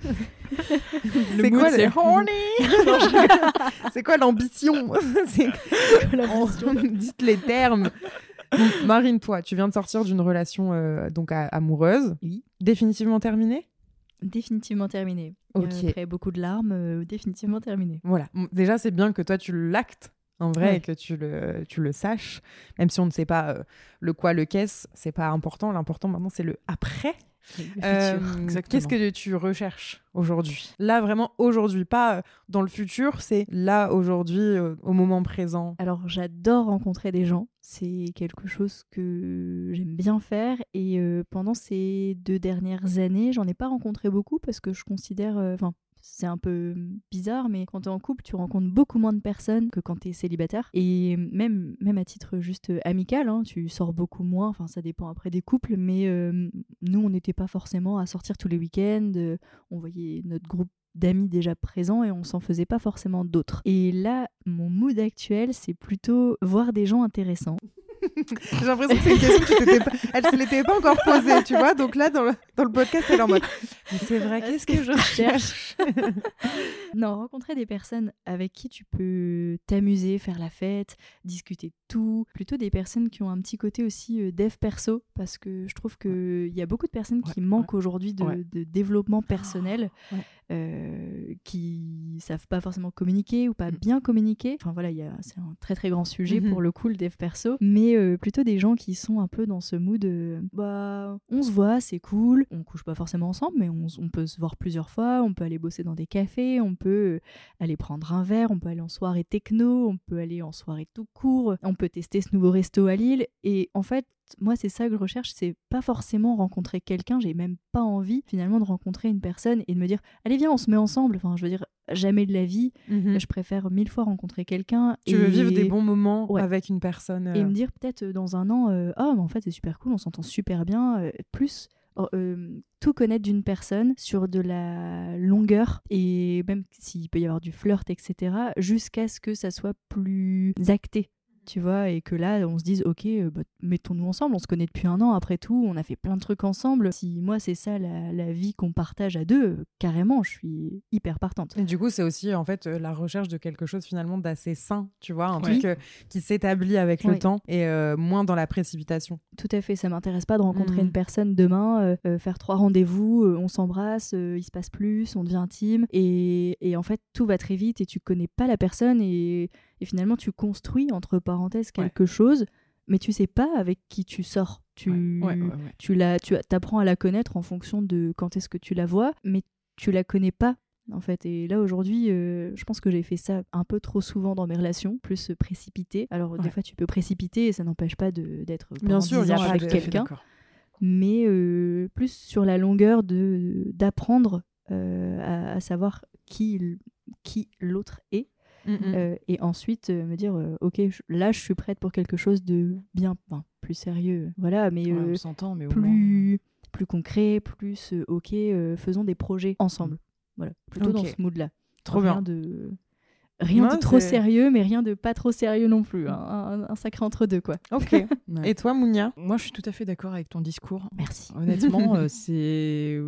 C'est mood, quoi c'est le- horny. C'est quoi l'ambition? C'est... On- Dites les termes. Donc, Marine, toi, tu viens de sortir d'une relation euh, donc a- amoureuse, Oui. définitivement terminée. Définitivement terminé. Ok. Euh, après beaucoup de larmes, euh, définitivement terminé. Voilà. Bon, déjà, c'est bien que toi, tu l'actes en vrai Ouais. et que tu le, tu le saches. Même si on ne sait pas euh, le quoi, le qu'est-ce, c'est pas important. L'important maintenant, c'est le après. Le Euh, futur. exactement. Qu'est-ce que tu recherches aujourd'hui? Là, vraiment aujourd'hui, pas euh, dans le futur, c'est là, aujourd'hui, euh, au moment présent. Alors j'adore rencontrer des gens, c'est quelque chose que j'aime bien faire et euh, pendant ces deux dernières années, j'en ai pas rencontré beaucoup parce que je considère, enfin c'est un peu bizarre, mais quand t'es en couple, tu rencontres beaucoup moins de personnes que quand t'es célibataire. Et même, même à titre juste amical, hein, tu sors beaucoup moins, enfin ça dépend après des couples, mais euh, nous on n'était pas forcément à sortir tous les week-ends, euh, on voyait notre groupe d'amis déjà présents et on s'en faisait pas forcément d'autres. Et là, mon mood actuel, c'est plutôt voir des gens intéressants. J'ai l'impression que c'est une question que tu t'étais pas... elle se l'était pas encore posée, tu vois. Donc là, dans le, dans le podcast, elle est en mode mais c'est vrai, qu'est-ce que je recherche? Non, rencontrer des personnes avec qui tu peux t'amuser, faire la fête, discuter de tout. Plutôt des personnes qui ont un petit côté aussi euh, dev perso, parce que je trouve qu'il y a beaucoup de personnes qui Ouais, manquent ouais. aujourd'hui de, Ouais. de développement personnel, Ouais. euh, qui savent pas forcément communiquer ou pas Mm. bien communiquer. Enfin voilà, il y a, c'est un très très grand sujet Mhm. pour le coup, le dev perso. Mais euh, plutôt des gens qui sont un peu dans ce mood, euh, bah on se voit, c'est cool. On couche pas forcément ensemble, mais on, on peut se voir plusieurs fois, on peut aller bosser dans des cafés, on peut euh, aller prendre un verre, on peut aller en soirée techno, on peut aller en soirée tout court, on peut tester ce nouveau resto à Lille. Et en fait, moi, c'est ça que je recherche, c'est pas forcément rencontrer quelqu'un, j'ai même pas envie finalement de rencontrer une personne et de me dire allez viens on se met ensemble, enfin je veux dire jamais de la vie, Mhm. je préfère mille fois rencontrer quelqu'un Tu et... veux vivre des bons moments Ouais. avec une personne. et euh, me dire peut-être euh, dans un an euh, ah mais en fait c'est super cool, on s'entend super bien, euh, plus oh, euh, tout connaître d'une personne sur de la longueur et même s'il peut y avoir du flirt etc, jusqu'à ce que ça soit plus acté, tu vois, et que là on se dise ok euh, bah, mettons-nous ensemble, on se connaît depuis un an après tout, on a fait plein de trucs ensemble, si moi c'est ça la, la vie qu'on partage à deux, euh, carrément je suis hyper partante. Et du coup, c'est aussi en fait euh, la recherche de quelque chose finalement d'assez sain, tu vois, un Ouais. truc euh, qui s'établit avec le Ouais. temps et euh, moins dans la précipitation. Tout à fait, ça m'intéresse pas de rencontrer Mhm. une personne demain, euh, euh, faire trois rendez-vous, euh, on s'embrasse, euh, il se passe plus, on devient intime, et, et en fait tout va très vite et tu connais pas la personne et, et finalement tu construis entre parenthèses quelque chose, mais tu sais pas avec qui tu sors. Tu, Ouais, ouais, ouais, ouais. tu la, tu apprends à la connaître en fonction de quand est-ce que tu la vois, mais tu la connais pas. En fait, et là aujourd'hui, euh, je pense que j'ai fait ça un peu trop souvent dans mes relations, plus euh, précipité. Alors des Ouais. fois tu peux précipiter et ça n'empêche pas de, d'être Bien pendant sûr, dix il y a ans pas avec de- Tout à fait quelqu'un, d'accord. mais euh, plus sur la longueur de d'apprendre euh, à, à savoir qui qui l'autre est. Mhm. Euh, et ensuite euh, me dire euh, ok je- là je suis prête pour quelque chose de bien, enfin, plus sérieux, voilà, mais Ouais, euh, on s'entend, mais au moins... plus plus concret, plus euh, ok, euh, faisons des projets ensemble. Voilà, plutôt Ok. dans ce mood-là. Trop rien bien. De... Rien Ouais, de trop c'est- sérieux, mais rien de pas trop sérieux non plus. hein. Un, un sacré entre-deux, quoi. Ok. Ouais. Et toi, Mounia? Moi, je suis tout à fait d'accord avec ton discours. Merci. Honnêtement, euh, c'est...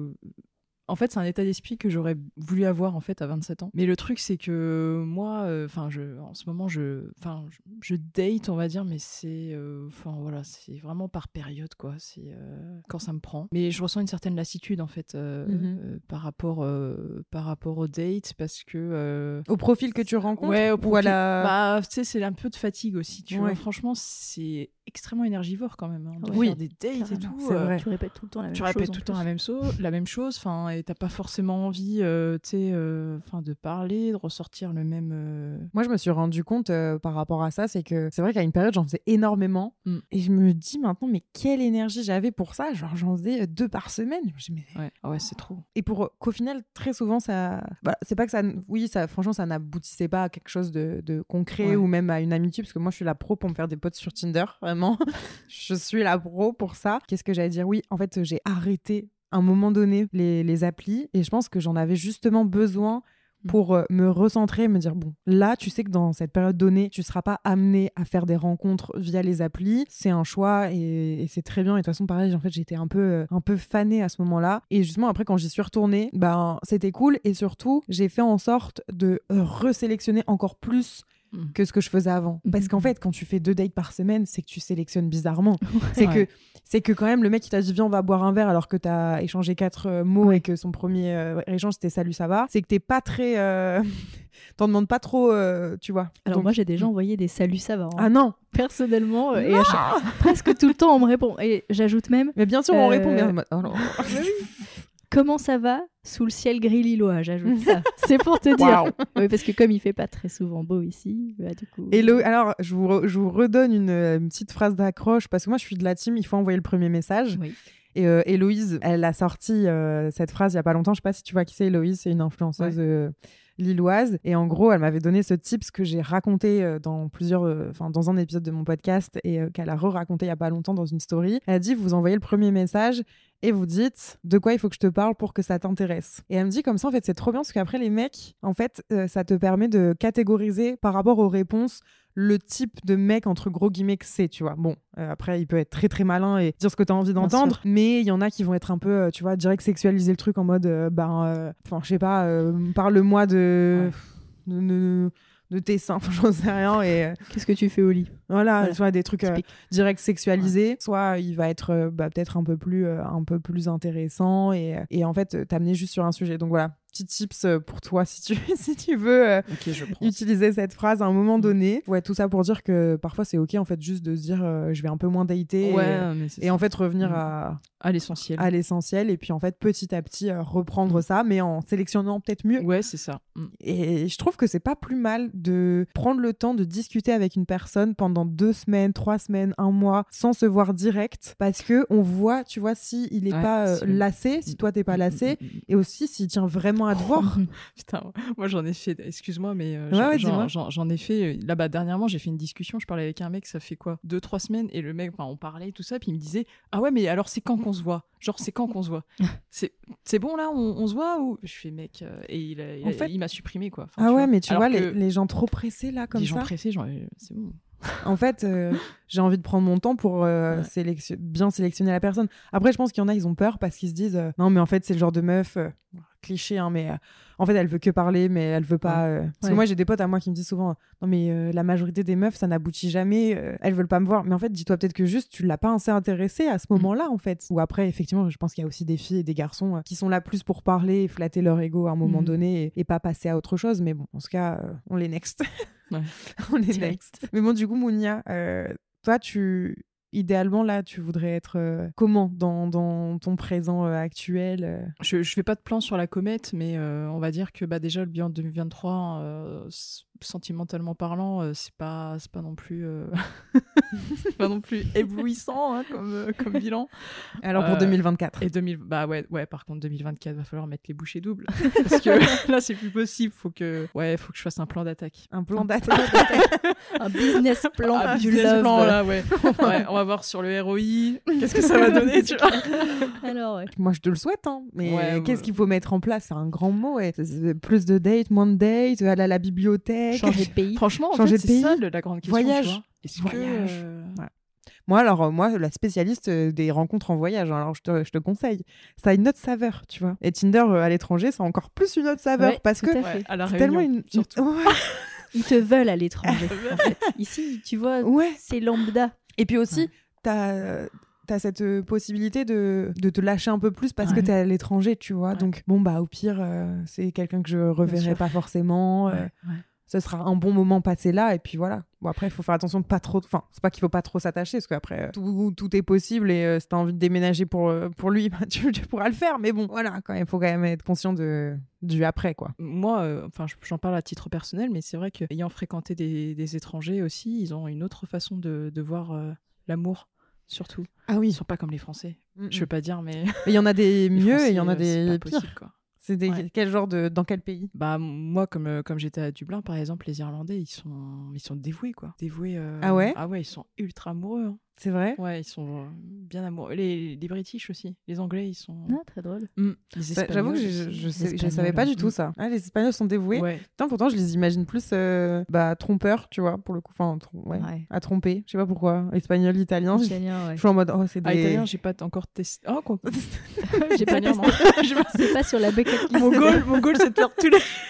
En fait, c'est un état d'esprit que j'aurais voulu avoir en fait à vingt-sept ans. Mais le truc, c'est que moi, enfin, euh, je, en ce moment, je, enfin, je, je date, on va dire, mais c'est, enfin, euh, voilà, c'est vraiment par période, quoi. C'est euh, quand ça me prend. Mais je ressens une certaine lassitude en fait euh, Mhm. euh, par rapport, euh, par rapport au date, parce que euh, Au profil que tu rencontres? ouais, au Ou profil, à la... bah, tu sais, c'est un peu de fatigue aussi. Tu Ouais. vois, franchement, c'est extrêmement énigivore quand même hein, de Oui, faire des dates et carrément. tout. C'est euh, vrai. Tu répètes tout le temps la même tu chose. répètes en tout le temps plus. la même, so- la même chose, enfin, et t'as pas forcément envie, euh, tu sais, euh, enfin, de parler, de ressortir le même. euh, Moi, je me suis rendu compte euh, par rapport à ça, c'est que c'est vrai qu'à une période, j'en faisais énormément. Mm. Et je me dis maintenant, mais quelle énergie j'avais pour ça. Genre, j'en faisais euh, deux par semaine. Je me dis, mais- Ouais, ah ouais, c'est trop. Et pour qu'au final, très souvent, ça. Bah, c'est pas que ça. Oui, ça, franchement, ça n'aboutissait pas à quelque chose de, de concret Ouais. ou même à une amitié, parce que moi, je suis la pro pour me faire des potes sur Tinder, vraiment. Je suis la pro pour ça. Qu'est-ce que j'allais dire? Oui, en fait, j'ai arrêté à un moment donné les, les applis et je pense que j'en avais justement besoin pour euh, me recentrer, me dire bon, là, tu sais que dans cette période donnée, tu seras pas amené à faire des rencontres via les applis. C'est un choix et, et c'est très bien. Et de toute façon, pareil, en fait, j'étais un peu, euh, un peu fanée à ce moment-là. Et justement, après, quand j'y suis retournée, ben, c'était cool. Et surtout, j'ai fait en sorte de euh, resélectionner encore plus Mm. que ce que je faisais avant. Parce qu'en fait, quand tu fais deux dates par semaine, c'est que tu sélectionnes bizarrement. C'est Ouais. que c'est que quand même le mec qui t'a dit viens on va boire un verre alors que t'as échangé quatre euh, mots Ouais. et que son premier euh, échange c'était salut ça va, c'est que t'es pas très euh... t'en demandes pas trop euh, tu vois. Alors Donc- moi, j'ai déjà envoyé des saluts ça va. hein. ah non, Personnellement, euh, et à chaque- presque tout le temps, on me répond. Et j'ajoute même mais bien sûr on Euh, répond bien. Oh non. comment ça va sous le ciel gris lillois. J'ajoute ça. C'est pour te dire. Waouh. Oui, parce que comme il fait pas très souvent beau ici, bah, du coup. Et le- alors je vous, re- je vous redonne une, euh, une petite phrase d'accroche parce que moi je suis de la team il faut envoyer le premier message. Oui. Et euh, Héloïse, elle a sorti euh, cette phrase il y a pas longtemps. Je sais pas si tu vois qui c'est Héloïse, c'est une influenceuse euh, lilloise. Et en gros, elle m'avait donné ce tips que j'ai raconté euh, dans plusieurs, enfin dans un épisode de mon podcast et euh, qu'elle a re-raconté il y a pas longtemps dans une story. Elle a dit vous envoyez le premier message et vous dites de quoi il faut que je te parle pour que ça t'intéresse. Et elle me dit comme ça en fait c'est trop bien parce qu'après les mecs, en fait euh, ça te permet de catégoriser par rapport aux réponses le type de mec entre gros guillemets que c'est, tu vois. Bon, euh, après il peut être très très malin et dire ce que tu as envie Bien d'entendre, sûr. mais il y en a qui vont être un peu euh, tu vois, direct sexualiser le truc en mode euh, ben enfin je sais pas, euh, parle-moi de, de, de de tes seins, enfin, j'en sais rien et euh, Qu'est-ce que tu fais au lit? voilà, Voilà. soit des trucs euh, Typique. direct sexualisés, soit il va être euh, bah, peut-être un peu plus euh, un peu plus intéressant et, et en fait euh, t'amener juste sur un sujet. Donc voilà, petit tips euh, pour toi si tu si tu veux euh, Ok, je prends. utiliser cette phrase à un moment donné. Ouais, tout ça pour dire que parfois c'est ok en fait juste de se dire euh, je vais un peu moins dater Ouais, et, mais c'est et ça. en fait revenir Mm. à, À l'essentiel. à l'essentiel et puis en fait petit à petit euh, reprendre Mm. ça mais en sélectionnant peut-être mieux. Ouais, c'est ça. Mm. Et je trouve que c'est pas plus mal de prendre le temps de discuter avec une personne pendant deux semaines, trois semaines, un mois, sans se voir direct, parce que on voit, tu vois, si il est Ouais, pas euh, si- lassé, si toi t'es pas Mm, lassé, mm, mm, mm. et aussi s'il tient vraiment à te voir. Putain, moi j'en ai fait, excuse-moi, mais euh, Ouais, j'en- ouais, j'en- dis-moi. j'en j'en ai fait. euh, Là, bah, dernièrement, j'ai fait une discussion. Je parlais avec un mec, ça fait quoi, deux, trois semaines, et le mec, enfin, on parlait tout ça, puis il me disait, ah ouais, mais alors c'est quand qu'on se voit? Genre, c'est quand qu'on se voit? c'est c'est bon là, on, on se voit ou? Je fais mec, euh, et il, a- il, a- En fait- il m'a supprimé quoi. Enfin, Ah tu ouais, vois. mais tu Alors vois, que les, les gens trop pressés là, comme les ça. gens pressés, genre, euh, c'est bon. En fait, euh, j'ai envie de prendre mon temps pour euh, Ouais. sélection- bien sélectionner la personne. Après, je pense qu'il y en a, ils ont peur parce qu'ils se disent euh, non, mais en fait, c'est le genre de meuf, euh, cliché, hein, mais euh, en fait, elle veut que parler, mais elle veut pas. euh, Parce que Ouais. moi, j'ai des potes à moi qui me disent souvent non, mais euh, la majorité des meufs, ça n'aboutit jamais, euh, elles veulent pas me voir. Mais en fait, dis-toi peut-être que juste, tu l'as pas assez intéressée à ce moment-là, en fait. Ou après, effectivement, je pense qu'il y a aussi des filles et des garçons euh, qui sont là plus pour parler et flatter leur ego à un moment Mhm. donné et, et pas passer à autre chose. Mais bon, en ce cas, euh, on les next. Ouais. on est Direct. next. Mais bon, du coup, Mounia, euh, toi, tu idéalement là, tu voudrais être euh, comment dans, dans ton présent euh, actuel euh Je, je fais pas de plan sur la comète, mais euh, on va dire que bah, déjà le bilan deux mille vingt-trois, euh, c- sentimentalement parlant, euh, c'est pas, c'est pas non plus, euh... c'est pas non plus éblouissant hein, comme, euh, comme bilan. Alors pour Euh, deux mille vingt-quatre. Et deux mille, bah ouais, ouais. Par contre, deux mille vingt-quatre, va falloir mettre les bouchées doubles parce que là, c'est plus possible. Faut que, ouais, faut que je fasse un plan d'attaque. Un plan d'attaque. Un business plan Un du business love. plan là, ouais. Ouais. On va voir sur le R O I. Qu'est-ce que ça va donner, tu vois. Alors, ouais. Moi, je te le souhaite, hein. Mais Ouais, qu'est-ce ouais. qu'il faut mettre en place? C'est un grand mot. Ouais. C'est- c'est plus de dates, moins de dates, aller à la bibliothèque. Changer de pays. Franchement, en Changer fait, de c'est pays. ça le- la grande question. Voyage. Tu vois. Est-ce Voyage. que euh, Ouais. Moi, alors, euh, moi, la spécialiste euh, des rencontres en voyage, hein, alors je te, je te conseille. Ça a une autre saveur, tu vois. Et Tinder euh, à l'étranger, ça a encore plus une autre saveur Ouais, parce tout que à ouais, fait. à la c'est Réunion, tellement une. surtout. Ouais. Ils te veulent à l'étranger, en fait. Ici, tu vois, Ouais. c'est lambda. Et puis aussi, Ouais. t'as. T'as cette euh, possibilité de, de te lâcher un peu plus parce Ouais. que t'es à l'étranger, tu vois. Ouais. Donc, bon, bah, au pire, euh, c'est quelqu'un que je reverrai sûr. pas forcément. euh, Ouais, ouais. Ce sera un bon moment passé là. Et puis voilà. Bon, après, il faut faire attention de pas trop. Enfin, c'est pas qu'il faut pas trop s'attacher parce qu'après, euh, tout, tout est possible. Et euh, si t'as envie de déménager pour, euh, pour lui, bah, tu, tu pourras le faire. Mais bon, voilà, quand même, faut quand même être conscient de, du après, quoi. Moi, euh, enfin, je- j'en parle à titre personnel, mais c'est vrai qu'ayant fréquenté des, des étrangers aussi, ils ont une autre façon de, de voir euh, l'amour, surtout. Ah Ils oui. sont pas comme les Français. Mm, Je veux pas dire, mais Mais il y en a des les mieux et il y en a Français, euh, des c'est pas pires. possible, quoi. C'est des, Ouais. quel genre de. Dans quel pays? Bah moi, comme euh, comme j'étais à Dublin, par exemple, les Irlandais, ils sont ils sont dévoués, quoi. Dévoués. euh, Ah ouais Ah ouais, ils sont ultra amoureux. hein. C'est vrai? Ouais, ils sont euh, bien amoureux. Les, les British aussi. Les Anglais, ils sont. Ah, très drôle. Mm. Les Ça, Espagnols J'avoue que je, aussi. je, sais- je Espagnols, savais pas du tout mm. ça. Ah, les Espagnols sont dévoués. Ouais. Putain, pourtant, je les imagine plus euh, bah, trompeurs, tu vois, pour le coup. Enfin, trom- ouais, Ouais. à tromper. Je sais pas pourquoi. Espagnol, italien. Je, Italien, ouais. je suis en mode, oh, c'est des. Ah, italien, j'ai pas t- encore testé. Oh, quoi. J'ai pas Italien, testé. non. J'ai pas- C'est pas sur la bucket list. Mon goal, mon goal, c'est de faire tous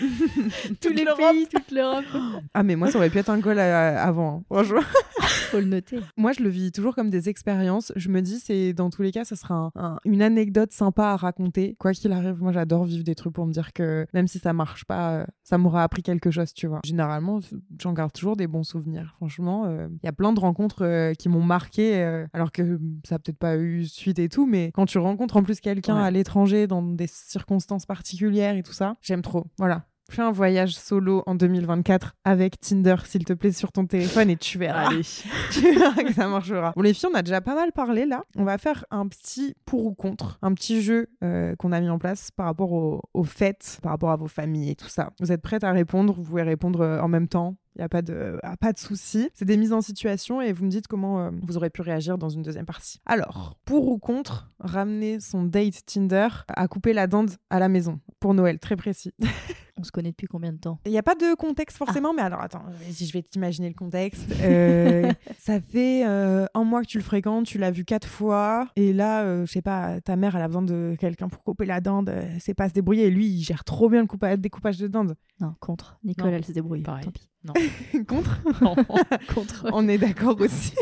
les, tous les pays, toute l'Europe. Ah, mais moi, ça aurait pu être un goal euh, avant. hein. Franchement. Faut le noter. Moi, je le vis toujours comme des expériences. Je me dis, c'est dans tous les cas, ça sera un- un- une anecdote sympa à raconter. Quoi qu'il arrive, moi, j'adore vivre des trucs pour me dire que même si ça marche pas, euh, ça m'aura appris quelque chose, tu vois. Généralement, j'en garde toujours des bons souvenirs. Franchement, il y a plein de rencontres euh, qui m'ont marqué, euh, alors que ça a peut-être pas eu suite et tout, mais quand tu rencontres en plus quelqu'un Ouais. à l'étranger dans des circonstances particulières et tout ça, j'aime trop. Voilà. Fais un voyage solo en deux mille vingt-quatre avec Tinder, s'il te plaît, sur ton téléphone et tu verras. Allez. Tu verras que ça marchera. Bon, les filles, on a déjà pas mal parlé là. On va faire un petit pour ou contre, un petit jeu euh, qu'on a mis en place par rapport au- aux fêtes, par rapport à vos familles et tout ça. Vous êtes prêtes à répondre? Vous pouvez répondre euh, en même temps. Il n'y a pas de, ah, pas de souci. C'est des mises en situation et vous me dites comment euh, vous aurez pu réagir dans une deuxième partie. Alors, pour ou contre, ramener son date Tinder à couper la dinde à la maison pour Noël, très précis. On se connaît depuis combien de temps? Il n'y a pas de contexte forcément, mais alors attends, si je vais t'imaginer le contexte. Euh, ça fait euh, un mois que tu le fréquentes, tu l'as vu quatre fois, et là, euh, je sais pas, ta mère, elle a besoin de quelqu'un pour couper la dinde, elle sait pas se débrouiller, et lui, il gère trop bien le coupa- découpage de dinde. Non, contre. Nicole, Non, elle se débrouille. pareil. Tant pis. Non. Contre, Non. Contre. on est d'accord aussi.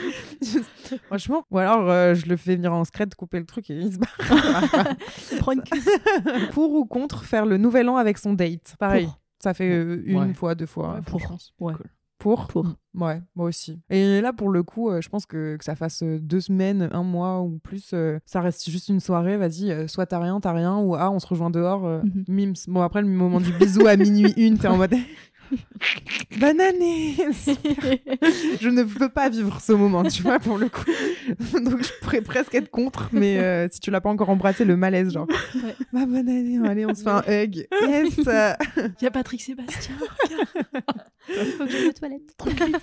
Juste- Franchement, ou alors euh, je le fais venir en scred, couper le truc et il se barre. Prends une cuisse. Pour ou contre faire le nouvel an avec son date? Pareil. Pour. Ça fait euh, une Ouais. fois, deux fois. Ouais, pour. franchement, c'est Ouais. cool. Pour Pour. Ouais, moi aussi. Et là, pour le coup, euh, je pense que, que ça fasse euh, deux semaines, un mois ou plus, euh, ça reste juste une soirée, vas-y, euh, soit t'as rien, t'as rien, ou ah, on se rejoint dehors, euh, Mhm. mims. Bon, après, le moment du bisou à minuit une, t'es en mode... Bonne année. Je ne peux pas vivre ce moment, tu vois, pour le coup. Donc, je pourrais presque être contre, mais euh, si tu l'as pas encore embrassé, le malaise, genre... Ouais. Bah, bonne année, allez, on se fait un hug. Yes. Il y a Patrick Sébastien. Il faut que j'aille aux toilettes.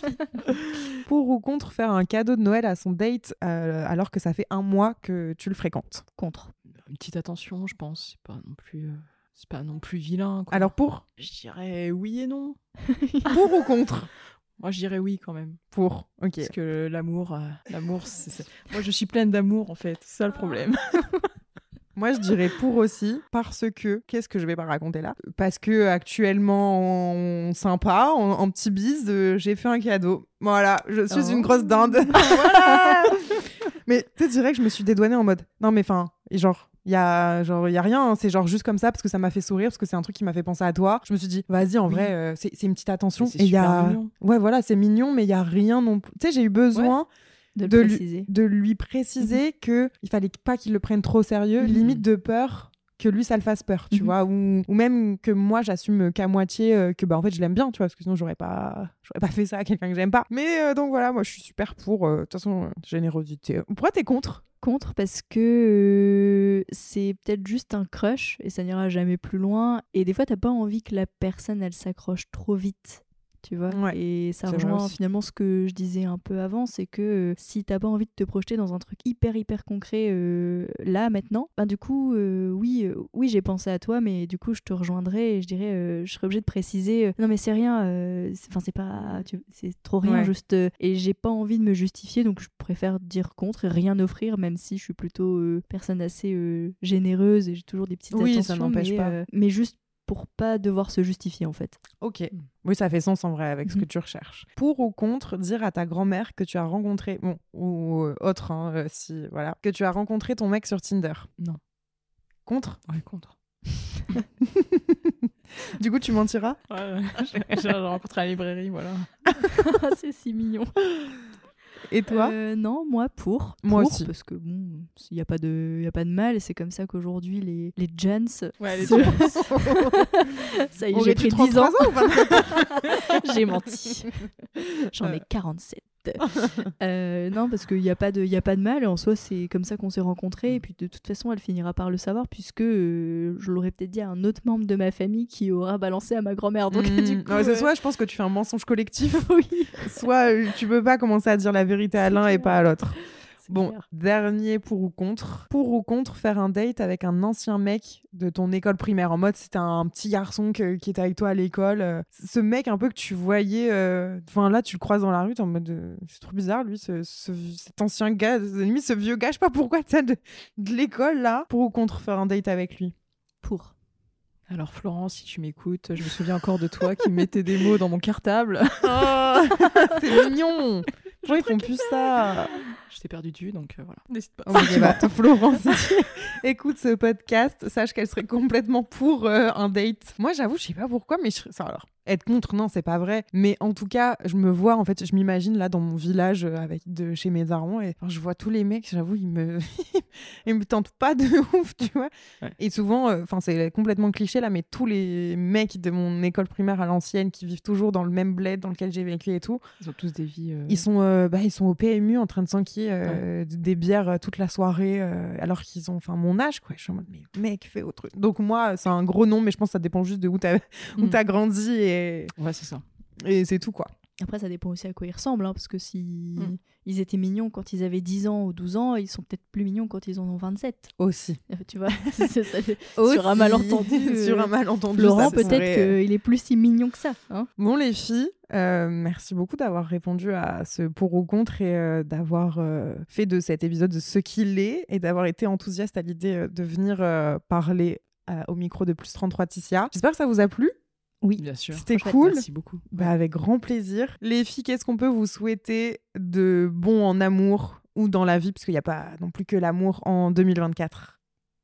Pour ou contre faire un cadeau de Noël à son date euh, alors que ça fait un mois que tu le fréquentes? Contre. Une petite attention, je pense. C'est pas non plus, euh, c'est pas non plus vilain. Quoi. Alors pour je dirais oui et non. Pour ou contre? Moi, je dirais oui quand même. Pour, ok. Parce que l'amour, euh, l'amour, c'est, c'est- moi, je suis pleine d'amour en fait. C'est ça le problème. Moi, je dirais pour aussi, parce que, qu'est-ce que je vais pas raconter là? Parce que actuellement, en sympa, en, en petit bise, euh, j'ai fait un cadeau. Voilà, je suis Oh. une grosse dinde. Voilà. Mais tu sais, direct, je me suis dédouanée en mode, non mais enfin, et genre, il y a, genre, y a rien, hein, c'est genre juste comme ça parce que ça m'a fait sourire, parce que c'est un truc qui m'a fait penser à toi. Je me suis dit, vas-y, en Oui. vrai, euh, c'est, c'est une petite attention. Et c'est et il y super a... mignon. Ouais, voilà, c'est mignon, mais il y a rien non plus. Tu sais, j'ai eu besoin De le de lui, préciser. de lui préciser que il fallait pas qu'il le prenne trop au sérieux, Mhm. limite de peur que lui ça le fasse peur, tu Mhm. vois, ou, ou même que moi j'assume qu'à moitié euh, que bah en fait je l'aime bien, tu vois, parce que sinon j'aurais pas j'aurais pas fait ça à quelqu'un que j'aime pas. Mais euh, donc voilà, moi je suis super pour euh, de toute façon euh, générosité. Pourquoi t'es contre? Contre parce que euh, c'est peut-être juste un crush et ça n'ira jamais plus loin. Et des fois, t'as pas envie que la personne, elle s'accroche trop vite. Tu vois, Ouais, et ça c'est vrai rejoint aussi. finalement ce que je disais un peu avant, c'est que euh, si t'as pas envie de te projeter dans un truc hyper hyper concret euh, là maintenant, ben du coup euh, oui euh, oui j'ai pensé à toi, mais du coup je te rejoindrai et je dirais euh, je serais obligée de préciser euh, non mais c'est rien, euh, c'est- enfin c'est pas tu- c'est trop rien Ouais. juste euh, et j'ai pas envie de me justifier, donc je préfère dire contre et rien offrir, même si je suis plutôt euh, personne assez euh, généreuse et j'ai toujours des petites Oui, ça attentions, n'empêche mais pas. euh, mais juste pour pas devoir se justifier en fait. Ok. Oui, ça fait sens en vrai avec ce Mhm. que tu recherches. Pour ou contre dire à ta grand-mère que tu as rencontré, bon, ou euh, autre, hein, euh, si, voilà, que tu as rencontré ton mec sur Tinder. Non. Contre? Ouais, contre. Du coup, tu mentiras? Ouais, j'ai, j'ai rencontré à la librairie, voilà. C'est si mignon. Et toi? Euh, non, moi pour. Moi pour, aussi. parce que bon, il n'y a, pas de- y a pas de mal, et c'est comme ça qu'aujourd'hui les, les gens. Ouais, les se- gens. Ça y est, j'ai Aurais-tu pris dix ans. trente-trois ans ou vingt-sept ans? J'ai menti. J'en ai quarante-sept. Euh, non, parce qu'il n'y a, pas de- y a pas de mal, et en soi, c'est comme ça qu'on s'est rencontrés, et puis de toute façon, elle finira par le savoir, puisque euh, je l'aurais peut-être dit à un autre membre de ma famille qui aura balancé à ma grand-mère. Donc, Mmh. du coup. Non, mais c'est euh, soit je pense que tu fais un mensonge collectif, oui. soit euh, tu peux pas commencer à dire la vérité à C'est l'un et clair. pas à l'autre. C'est Bon, clair. dernier pour ou contre. Pour ou contre faire un date avec un ancien mec de ton école primaire. En mode, c'était un petit garçon que- qui était avec toi à l'école. euh, ce mec un peu que tu voyais... euh, Enfin, là, tu le croises dans la rue, t'es en mode... euh, c'est trop bizarre, lui, ce, ce- cet ancien gars. Limite, ce vieux gars, je sais pas pourquoi, tu sais, de, de l'école, là. Pour ou contre faire un date avec lui. Pour. Alors Florence, si tu m'écoutes, je me souviens encore de toi qui mettais des mots dans mon cartable. Oh, c'est mignon. Pourquoi ils font plus ça? Je t'ai perdu de vue, donc euh, voilà. N'hésite pas. Oh, mais bah, Florence, si tu écoutes ce podcast, sache qu'elle serait complètement pour euh, un date. Moi, j'avoue, je sais pas pourquoi, mais je... ça, alors, être contre, non, c'est pas vrai. Mais en tout cas, je me vois, en fait, je m'imagine là dans mon village euh, avec de chez mes darons et enfin, je vois tous les mecs, j'avoue, ils me, ils me tentent pas de ouf, tu vois. Ouais. Et souvent, enfin, c'est complètement cliché là, mais tous les mecs de mon école primaire à l'ancienne qui vivent toujours dans le même bled dans lequel j'ai vécu et tout, Ils ont tous des vies. euh, ils sont, euh, bah, ils sont au P M U en train de s'enquiller euh, des bières euh, toute la soirée, euh, alors qu'ils ont enfin mon âge, quoi. Je suis en mode, mais mec, fais autre. Donc, moi, c'est un gros nom, mais je pense que ça dépend juste de où t'as où Mm. t'as grandi et, Ouais, c'est ça. et c'est tout, quoi. Après, ça dépend aussi à quoi ils ressemblent, hein, parce que si Mm. ils étaient mignons quand ils avaient dix ans ou douze ans, ils sont peut-être plus mignons quand ils en ont vingt-sept. Aussi. Euh, Tu vois, C'est- ça fait- sur un malentendu. euh, Sur un malentendu. Florent, ça peut-être pourrait- qu'il est plus si mignon que ça. Hein. Bon, les filles, euh, merci beaucoup d'avoir répondu à ce pour ou contre et euh, d'avoir euh, fait de cet épisode ce qu'il est et d'avoir été enthousiaste à l'idée euh, de venir euh, parler euh, au micro de Plus trente-trois Ticia. J'espère que ça vous a plu. Oui. Bien sûr. C'était Chouette, cool. Merci beaucoup. Bah, avec grand plaisir. Les filles, qu'est-ce qu'on peut vous souhaiter de bon en amour ou dans la vie, parce qu'il n'y a pas non plus que l'amour en deux mille vingt-quatre?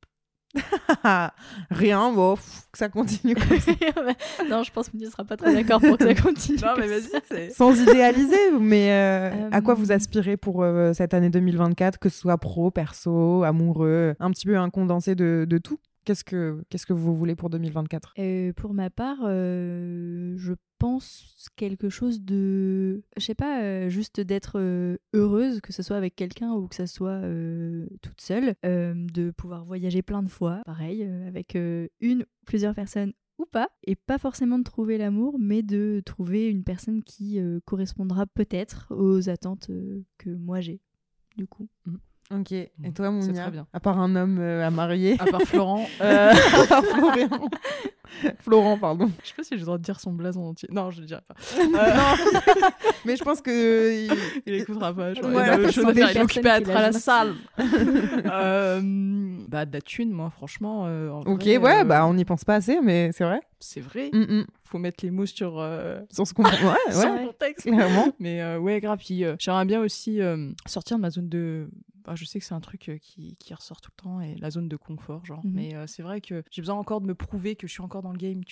Rien, bon, pff, que ça continue comme ça. non, je pense que tu ne seras pas très d'accord pour que ça continue. Non, mais comme vas-y, ça. c'est. Sans idéaliser, mais euh, Euh, à quoi vous aspirez pour euh, cette année deux mille vingt-quatre, que ce soit pro, perso, amoureux, un petit peu un condensé de, de tout? Qu'est-ce que, qu'est-ce que vous voulez pour deux mille vingt-quatre? Euh, pour ma part, euh, je pense quelque chose de, je sais pas, euh, juste d'être euh, heureuse, que ce soit avec quelqu'un ou que ce soit euh, toute seule, euh, de pouvoir voyager plein de fois, pareil, euh, avec euh, une, plusieurs personnes ou pas, et pas forcément de trouver l'amour, mais de trouver une personne qui euh, correspondra peut-être aux attentes euh, que moi j'ai, du coup. Ok. Et Mmh, toi, c'est Mounia? très bien. À part un homme euh, à marier. À part Florent. Euh, à part Florian. Florent, pardon. Je sais pas si j'ai le droit de dire son blason entier. Non, je le dirai pas. Non. Mais je pense que. euh, il- Il écoutera pas. Je, Ouais, il a- ça je préfère, il est personne occupé à qui être à la l'a salle. euh, bah, de la thune, moi, franchement. euh, en Ok, vrai, ouais, euh, bah on n'y pense pas assez, mais c'est vrai. C'est vrai. Mm, mm. Faut mettre les mots sur. euh, Sur ce qu'on. Ouais, sur ouais. le contexte. Clairement. Mais euh, ouais, grave. Puis euh, j'aimerais bien aussi euh, sortir de ma zone de. Bah, je sais que c'est un truc euh, qui, qui ressort tout le temps, et la zone de confort, genre. Mhm. Mais euh, c'est vrai que j'ai besoin encore de me prouver que je suis encore dans le game, tu vois.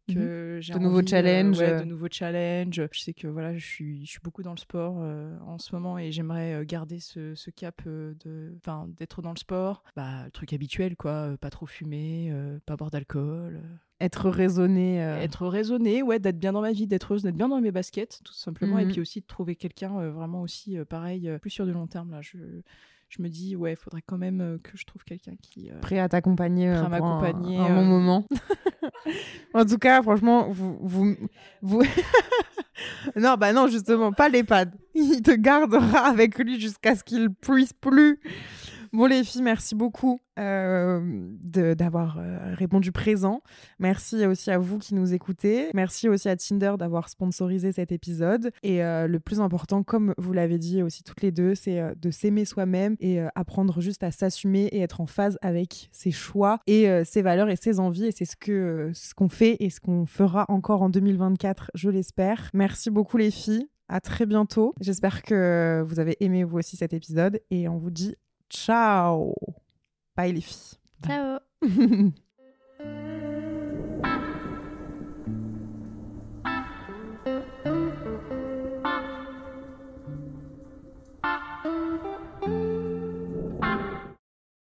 que mmh. j'ai de nouveaux challenges. Euh, ouais, de nouveaux challenges. Je sais que voilà, je suis, je suis beaucoup dans le sport euh, en ce moment et j'aimerais euh, garder ce, ce cap euh, de, enfin, d'être dans le sport. Bah, le truc habituel, quoi. Euh, pas trop fumer, euh, pas boire d'alcool. Euh. Être raisonné. Euh... Être raisonné, ouais, d'être bien dans ma vie, d'être heureuse, d'être bien dans mes baskets, tout simplement. Mmh. Et puis aussi de trouver quelqu'un euh, vraiment aussi euh, pareil, euh, plus sur du long terme. Là, je, je me dis, ouais, il faudrait quand même euh, que je trouve quelqu'un qui. Euh, prêt à t'accompagner, prêt à euh, pour m'accompagner. un, un euh... bon moment. En tout cas, franchement, vous. vous, vous... non, bah non, justement, pas l'EHPAD. Il te gardera avec lui jusqu'à ce qu'il puisse plus. Bon, les filles, merci beaucoup euh, de, d'avoir euh, répondu présent. Merci aussi à vous qui nous écoutez. Merci aussi à Tinder d'avoir sponsorisé cet épisode. Et euh, le plus important, comme vous l'avez dit aussi toutes les deux, c'est euh, de s'aimer soi-même et euh, apprendre juste à s'assumer et être en phase avec ses choix et euh, ses valeurs et ses envies. Et c'est ce, que, euh, ce qu'on fait et ce qu'on fera encore en deux mille vingt-quatre, je l'espère. Merci beaucoup, les filles. À très bientôt. J'espère que vous avez aimé vous aussi cet épisode et on vous dit ciao. Bye les filles. Ciao.